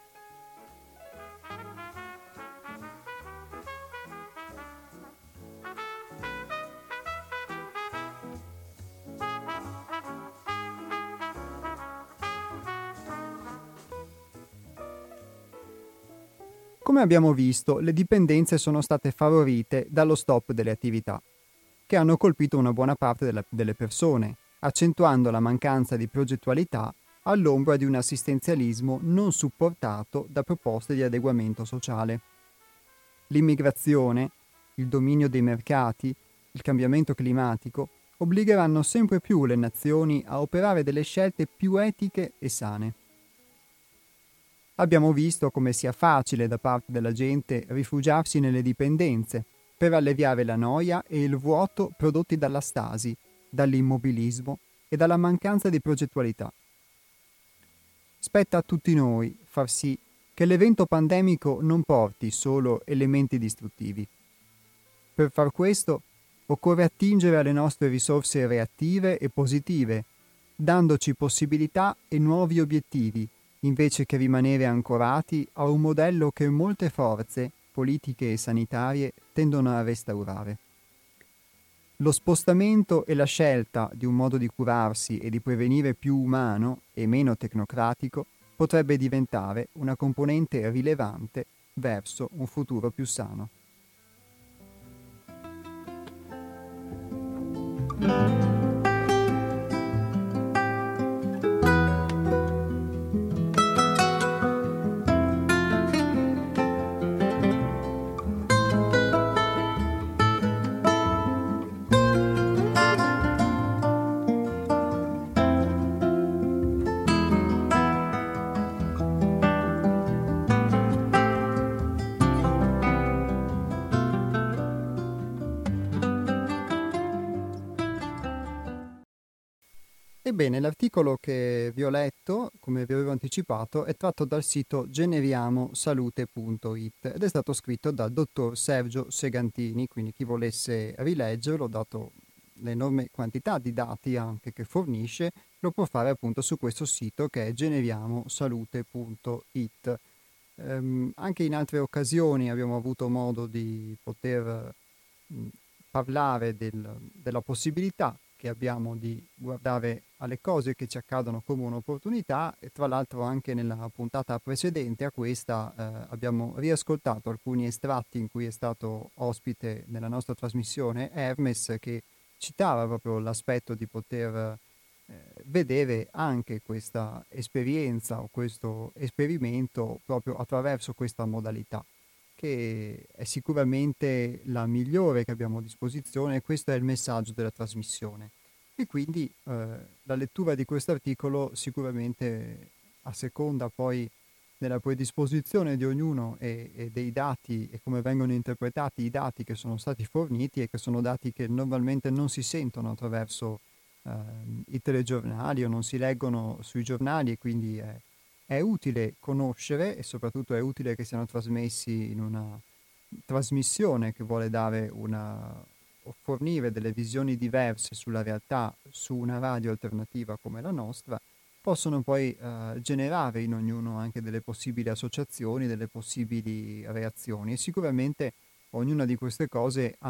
Come abbiamo visto, le dipendenze sono state favorite dallo stop delle attività, che hanno colpito una buona parte della, delle persone, accentuando la mancanza di progettualità all'ombra di un assistenzialismo non supportato da proposte di adeguamento sociale. L'immigrazione, il dominio dei mercati, il cambiamento climatico obbligheranno sempre più le nazioni a operare delle scelte più etiche e sane. Abbiamo visto come sia facile da parte della gente rifugiarsi nelle dipendenze per alleviare la noia e il vuoto prodotti dalla stasi, dall'immobilismo e dalla mancanza di progettualità. Spetta a tutti noi far sì che l'evento pandemico non porti solo elementi distruttivi. Per far questo occorre attingere alle nostre risorse reattive e positive, dandoci possibilità e nuovi obiettivi, invece che rimanere ancorati a un modello che molte forze, politiche e sanitarie, tendono a restaurare. Lo spostamento e la scelta di un modo di curarsi e di prevenire più umano e meno tecnocratico potrebbe diventare una componente rilevante verso un futuro più sano. Ebbene, l'articolo che vi ho letto, come vi avevo anticipato, è tratto dal sito generiamosalute punto it ed è stato scritto dal dottor Sergio Segantini, quindi chi volesse rileggerlo, dato l'enorme quantità di dati anche che fornisce, lo può fare appunto su questo sito che è generiamosalute punto it. Ehm, anche in altre occasioni abbiamo avuto modo di poter mh, parlare del, della possibilità che abbiamo di guardare alle cose che ci accadono come un'opportunità e tra l'altro anche nella puntata precedente a questa eh, abbiamo riascoltato alcuni estratti in cui è stato ospite nella nostra trasmissione Hermes, che citava proprio l'aspetto di poter eh, vedere anche questa esperienza o questo esperimento proprio attraverso questa modalità, che è sicuramente la migliore che abbiamo a disposizione, e questo è il messaggio della trasmissione. E quindi eh, la lettura di questo articolo sicuramente, a seconda poi della predisposizione di ognuno e, e dei dati e come vengono interpretati i dati che sono stati forniti, e che sono dati che normalmente non si sentono attraverso eh, i telegiornali o non si leggono sui giornali, e quindi è È utile conoscere, e soprattutto è utile che siano trasmessi in una trasmissione che vuole dare una, o fornire delle visioni diverse sulla realtà su una radio alternativa come la nostra, possono poi eh, generare in ognuno anche delle possibili associazioni, delle possibili reazioni, e sicuramente ognuna di queste cose ha un suo lato, eh, se vogliamo, negativo e un lato positivo.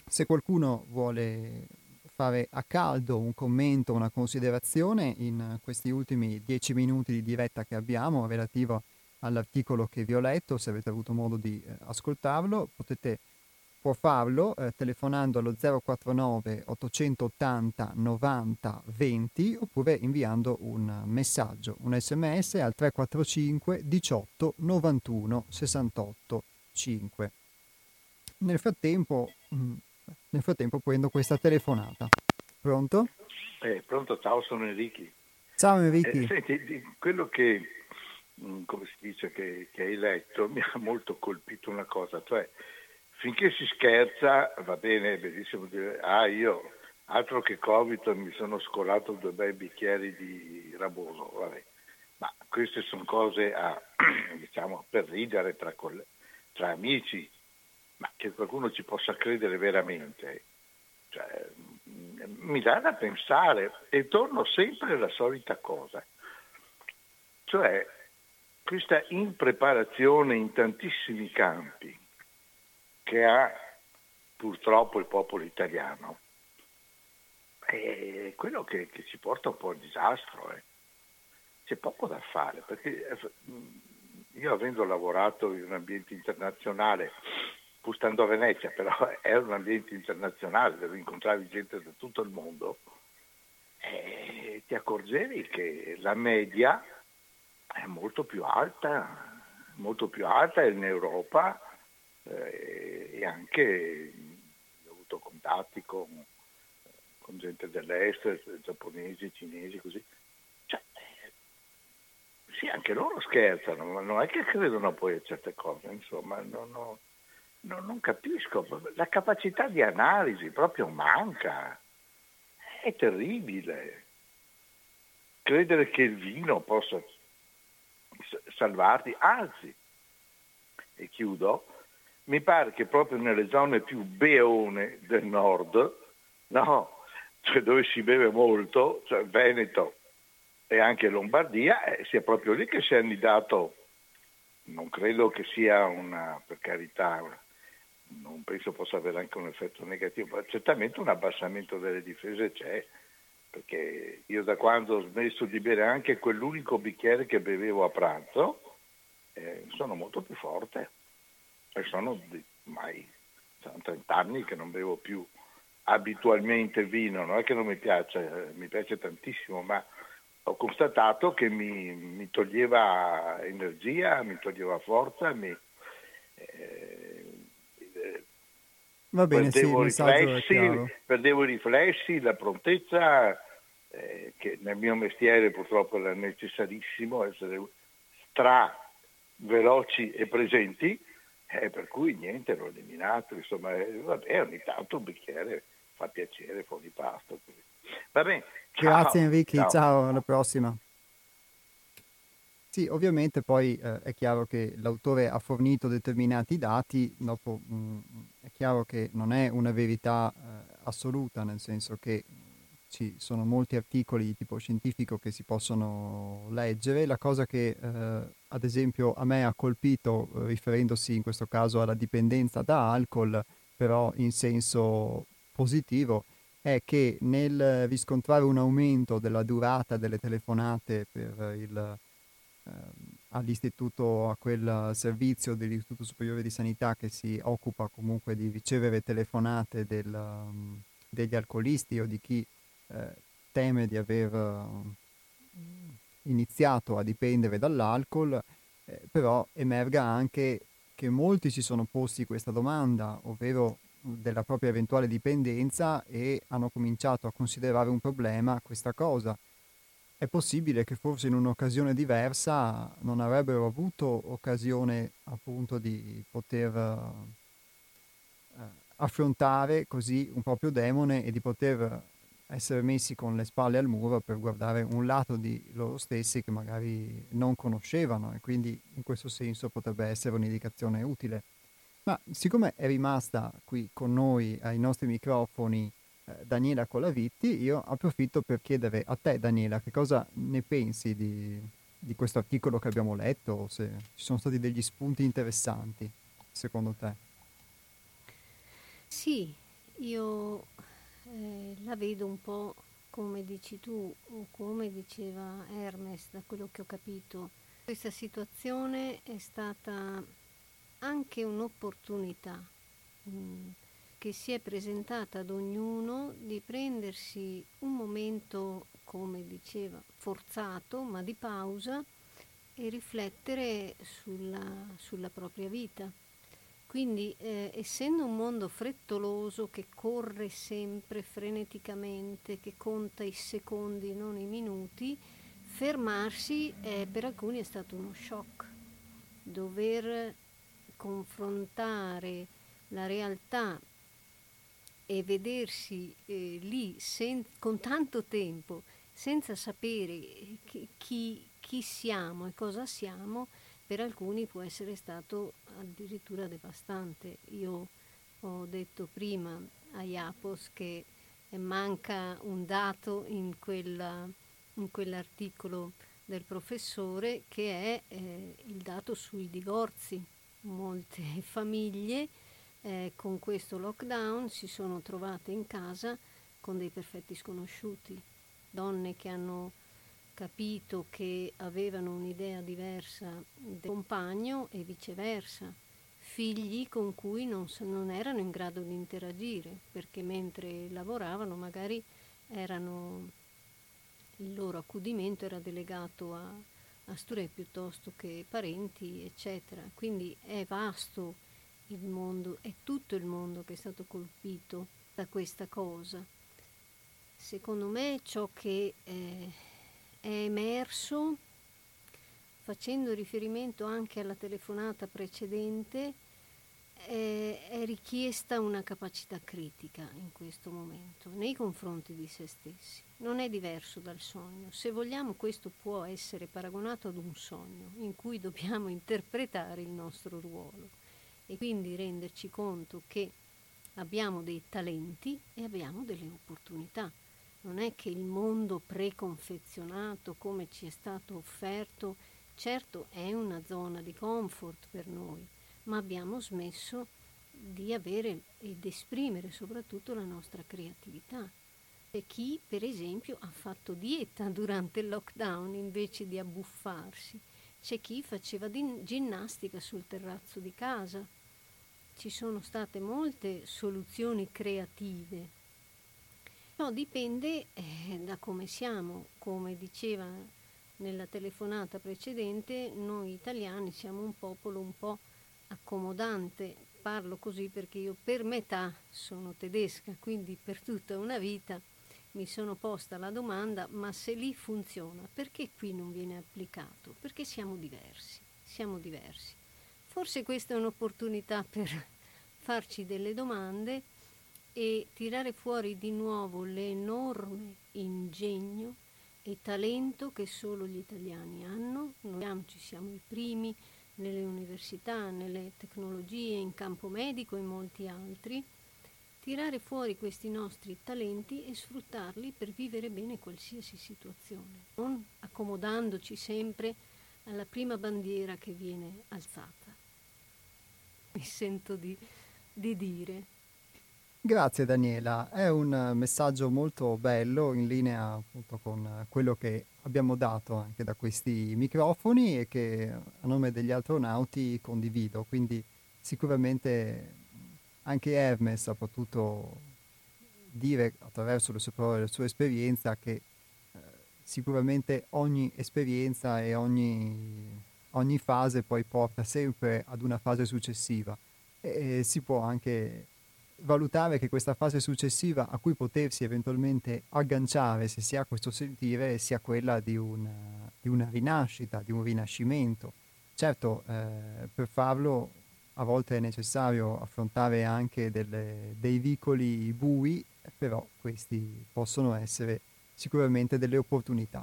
Se qualcuno vuole fare a caldo un commento, una considerazione in questi ultimi dieci minuti di diretta che abbiamo relativo all'articolo che vi ho letto, se avete avuto modo di eh, ascoltarlo, potete può farlo eh, telefonando allo zero quattro nove ottocentottanta novanta venti oppure inviando un messaggio, un sms al tre quattro cinque diciotto novantuno sessantotto cinque. Nel frattempo, mh, nel frattempo prendo questa telefonata. Pronto? Eh, pronto, ciao, sono Enrichi. Ciao Enrichi. Eh, senti, di quello che, mh, come si dice, che, che hai letto, mi ha molto colpito una cosa, cioè finché si scherza va bene, è bellissimo dire, ah io, altro che Covid, mi sono scolato due bei bicchieri di Raboso, vabbè. Ma queste sono cose a, diciamo, per ridere tra, coll- tra amici, ma che qualcuno ci possa credere veramente, cioè, mi dà da pensare e torno sempre alla solita cosa, cioè questa impreparazione in tantissimi campi che ha purtroppo il popolo italiano è quello che, che ci porta un po' al disastro. Eh. C'è poco da fare, perché io avendo lavorato in un ambiente internazionale, pur stando a Venezia, però era un ambiente internazionale dove incontravi gente da tutto il mondo, e ti accorgevi che la media è molto più alta, molto più alta in Europa, eh, e anche ho avuto contatti con, con gente dell'est, giapponesi, cinesi, così. Cioè, sì, anche loro scherzano, ma non è che credono poi a certe cose, insomma, non, non, non, non capisco, la capacità di analisi proprio manca, è terribile. Credere che il vino possa salvarti, anzi, e chiudo, mi pare che proprio nelle zone più beone del nord, no, cioè dove si beve molto, cioè Veneto e anche Lombardia, eh, sia proprio lì che si è annidato, non credo che sia una, per carità, una, non penso possa avere anche un effetto negativo, ma certamente un abbassamento delle difese c'è, perché io da quando ho smesso di bere anche quell'unico bicchiere che bevevo a pranzo, eh, sono molto più forte, e sono ormai sono trenta anni che non bevo più abitualmente vino, non è che non mi piace, mi piace tantissimo, ma ho constatato che mi, mi toglieva energia, mi toglieva forza, mi, eh, Va bene, sì, il perdevo, messaggio è riflessi, chiaro. perdevo i riflessi, la prontezza, eh, che nel mio mestiere purtroppo era necessarissimo essere stra veloci e presenti, eh, per cui niente, l'ho eliminato, insomma, eh, vabbè, ogni tanto un bicchiere fa piacere fuori pasto. Va bene. Grazie Enrico, ciao. ciao, alla prossima. Sì, ovviamente poi eh, è chiaro che l'autore ha fornito determinati dati, dopo mh, è chiaro che non è una verità eh, assoluta, nel senso che ci sono molti articoli di tipo scientifico che si possono leggere. La cosa che eh, ad esempio a me ha colpito, eh, riferendosi in questo caso alla dipendenza da alcol, però in senso positivo, è che nel riscontrare un aumento della durata delle telefonate per il, eh, all'istituto, a quel servizio dell'Istituto Superiore di Sanità che si occupa comunque di ricevere telefonate del, um, degli alcolisti o di chi eh, teme di aver uh, iniziato a dipendere dall'alcol, eh, però emerga anche che molti si sono posti questa domanda, ovvero della propria eventuale dipendenza, e hanno cominciato a considerare un problema questa cosa. È possibile che forse in un'occasione diversa non avrebbero avuto occasione appunto di poter uh, affrontare così un proprio demone e di poter essere messi con le spalle al muro per guardare un lato di loro stessi che magari non conoscevano, e quindi in questo senso potrebbe essere un'indicazione utile. Ma siccome è rimasta qui con noi ai nostri microfoni eh, Daniela Colavitti, io approfitto per chiedere a te, Daniela, che cosa ne pensi di, di questo articolo che abbiamo letto, o se ci sono stati degli spunti interessanti, secondo te. Sì, io eh, la vedo un po' come dici tu o come diceva Hermes, da quello che ho capito. Questa situazione è stata anche un'opportunità mh, che si è presentata ad ognuno di prendersi un momento, come diceva, forzato, ma di pausa e riflettere sulla, sulla propria vita. Quindi, eh, essendo un mondo frettoloso che corre sempre freneticamente, che conta i secondi, non i minuti, fermarsi eh, per alcuni è stato uno shock. Dover confrontare la realtà e vedersi eh, lì sen- con tanto tempo, senza sapere chi, chi, chi siamo e cosa siamo, per alcuni può essere stato addirittura devastante. Io ho detto prima a Iapos che manca un dato in, quella, in quell'articolo del professore, che è eh, il dato sui divorzi. Molte famiglie eh, con questo lockdown si sono trovate in casa con dei perfetti sconosciuti, donne che hanno capito che avevano un'idea diversa del compagno e viceversa, figli con cui non, non erano in grado di interagire perché mentre lavoravano magari erano, il loro accudimento era delegato a, a sture piuttosto che parenti, eccetera. Quindi è vasto il mondo, è tutto il mondo che è stato colpito da questa cosa. Secondo me ciò che eh, è emerso, facendo riferimento anche alla telefonata precedente, è, è richiesta una capacità critica in questo momento nei confronti di se stessi. Non è diverso dal sogno. Se vogliamo, questo può essere paragonato ad un sogno in cui dobbiamo interpretare il nostro ruolo e quindi renderci conto che abbiamo dei talenti e abbiamo delle opportunità. Non è che il mondo preconfezionato come ci è stato offerto, certo è una zona di comfort per noi, ma abbiamo smesso di avere ed esprimere soprattutto la nostra creatività. C'è chi, per esempio, ha fatto dieta durante il lockdown invece di abbuffarsi. C'è chi faceva din- ginnastica sul terrazzo di casa. Ci sono state molte soluzioni creative. No, dipende eh, da come siamo. Come diceva nella telefonata precedente, noi italiani siamo un popolo un po' accomodante. Parlo così perché io per metà sono tedesca, quindi per tutta una vita mi sono posta la domanda: ma se lì funziona, perché qui non viene applicato? Perché siamo diversi, siamo diversi. Forse questa è un'opportunità per farci delle domande e tirare fuori di nuovo l'enorme ingegno e talento che solo gli italiani hanno. Noi ci siamo i primi nelle università, nelle tecnologie, in campo medico e molti altri. Tirare fuori questi nostri talenti e sfruttarli per vivere bene qualsiasi situazione, non accomodandoci sempre alla prima bandiera che viene alzata. Mi sento di, di dire. Grazie Daniela, è un messaggio molto bello, in linea appunto con quello che abbiamo dato anche da questi microfoni e che a nome degli astronauti condivido, quindi sicuramente anche Hermes ha potuto dire attraverso le sue parole, la sua esperienza, che eh, sicuramente ogni esperienza e ogni, ogni fase poi porta sempre ad una fase successiva e, e si può anche valutare che questa fase successiva a cui potersi eventualmente agganciare, se si ha questo sentire, sia quella di una, di una rinascita, di un rinascimento. Certo, eh, per farlo a volte è necessario affrontare anche delle, dei vicoli bui, però questi possono essere sicuramente delle opportunità.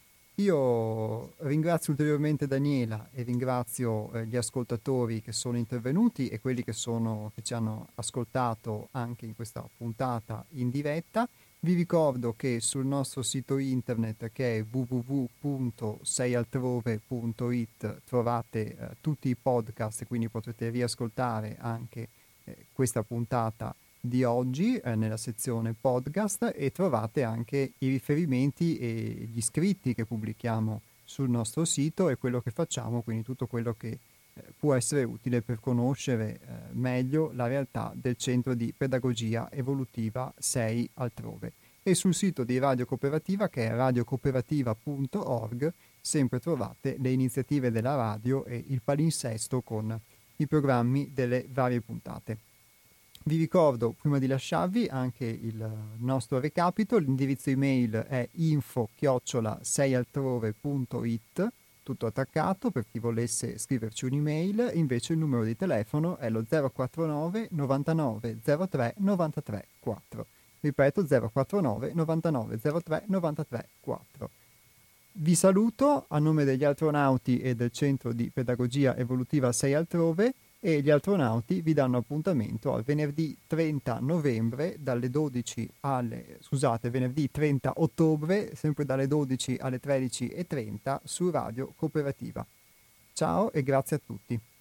Io ringrazio ulteriormente Daniela e ringrazio eh, gli ascoltatori che sono intervenuti e quelli che, sono, che ci hanno ascoltato anche in questa puntata in diretta. Vi ricordo che sul nostro sito internet, che è w w w punto sei altrove punto i t, trovate eh, tutti i podcast, quindi potrete riascoltare anche eh, questa puntata di oggi eh, nella sezione podcast, e trovate anche i riferimenti e gli scritti che pubblichiamo sul nostro sito e quello che facciamo, quindi tutto quello che eh, può essere utile per conoscere eh, meglio la realtà del Centro di Pedagogia Evolutiva sei Altrove. E sul sito di Radio Cooperativa, che è radiocooperativa punto org, sempre trovate le iniziative della radio e il palinsesto con i programmi delle varie puntate. Vi ricordo, prima di lasciarvi, anche il nostro recapito. L'indirizzo email è info chiocciola sei altrove punto it, tutto attaccato per chi volesse scriverci un'email. Invece il numero di telefono è lo zero quattro nove novantanove zero tre novantatré quattro. Ripeto, zero quattro nove novantanove zero tre novantatré quattro. Vi saluto a nome degli astronauti e del Centro di Pedagogia Evolutiva sei Altrove, e gli astronauti vi danno appuntamento al venerdì trenta novembre dalle dodici alle scusate venerdì trenta ottobre, sempre dalle dodici alle tredici e trenta su Radio Cooperativa. Ciao e grazie a tutti.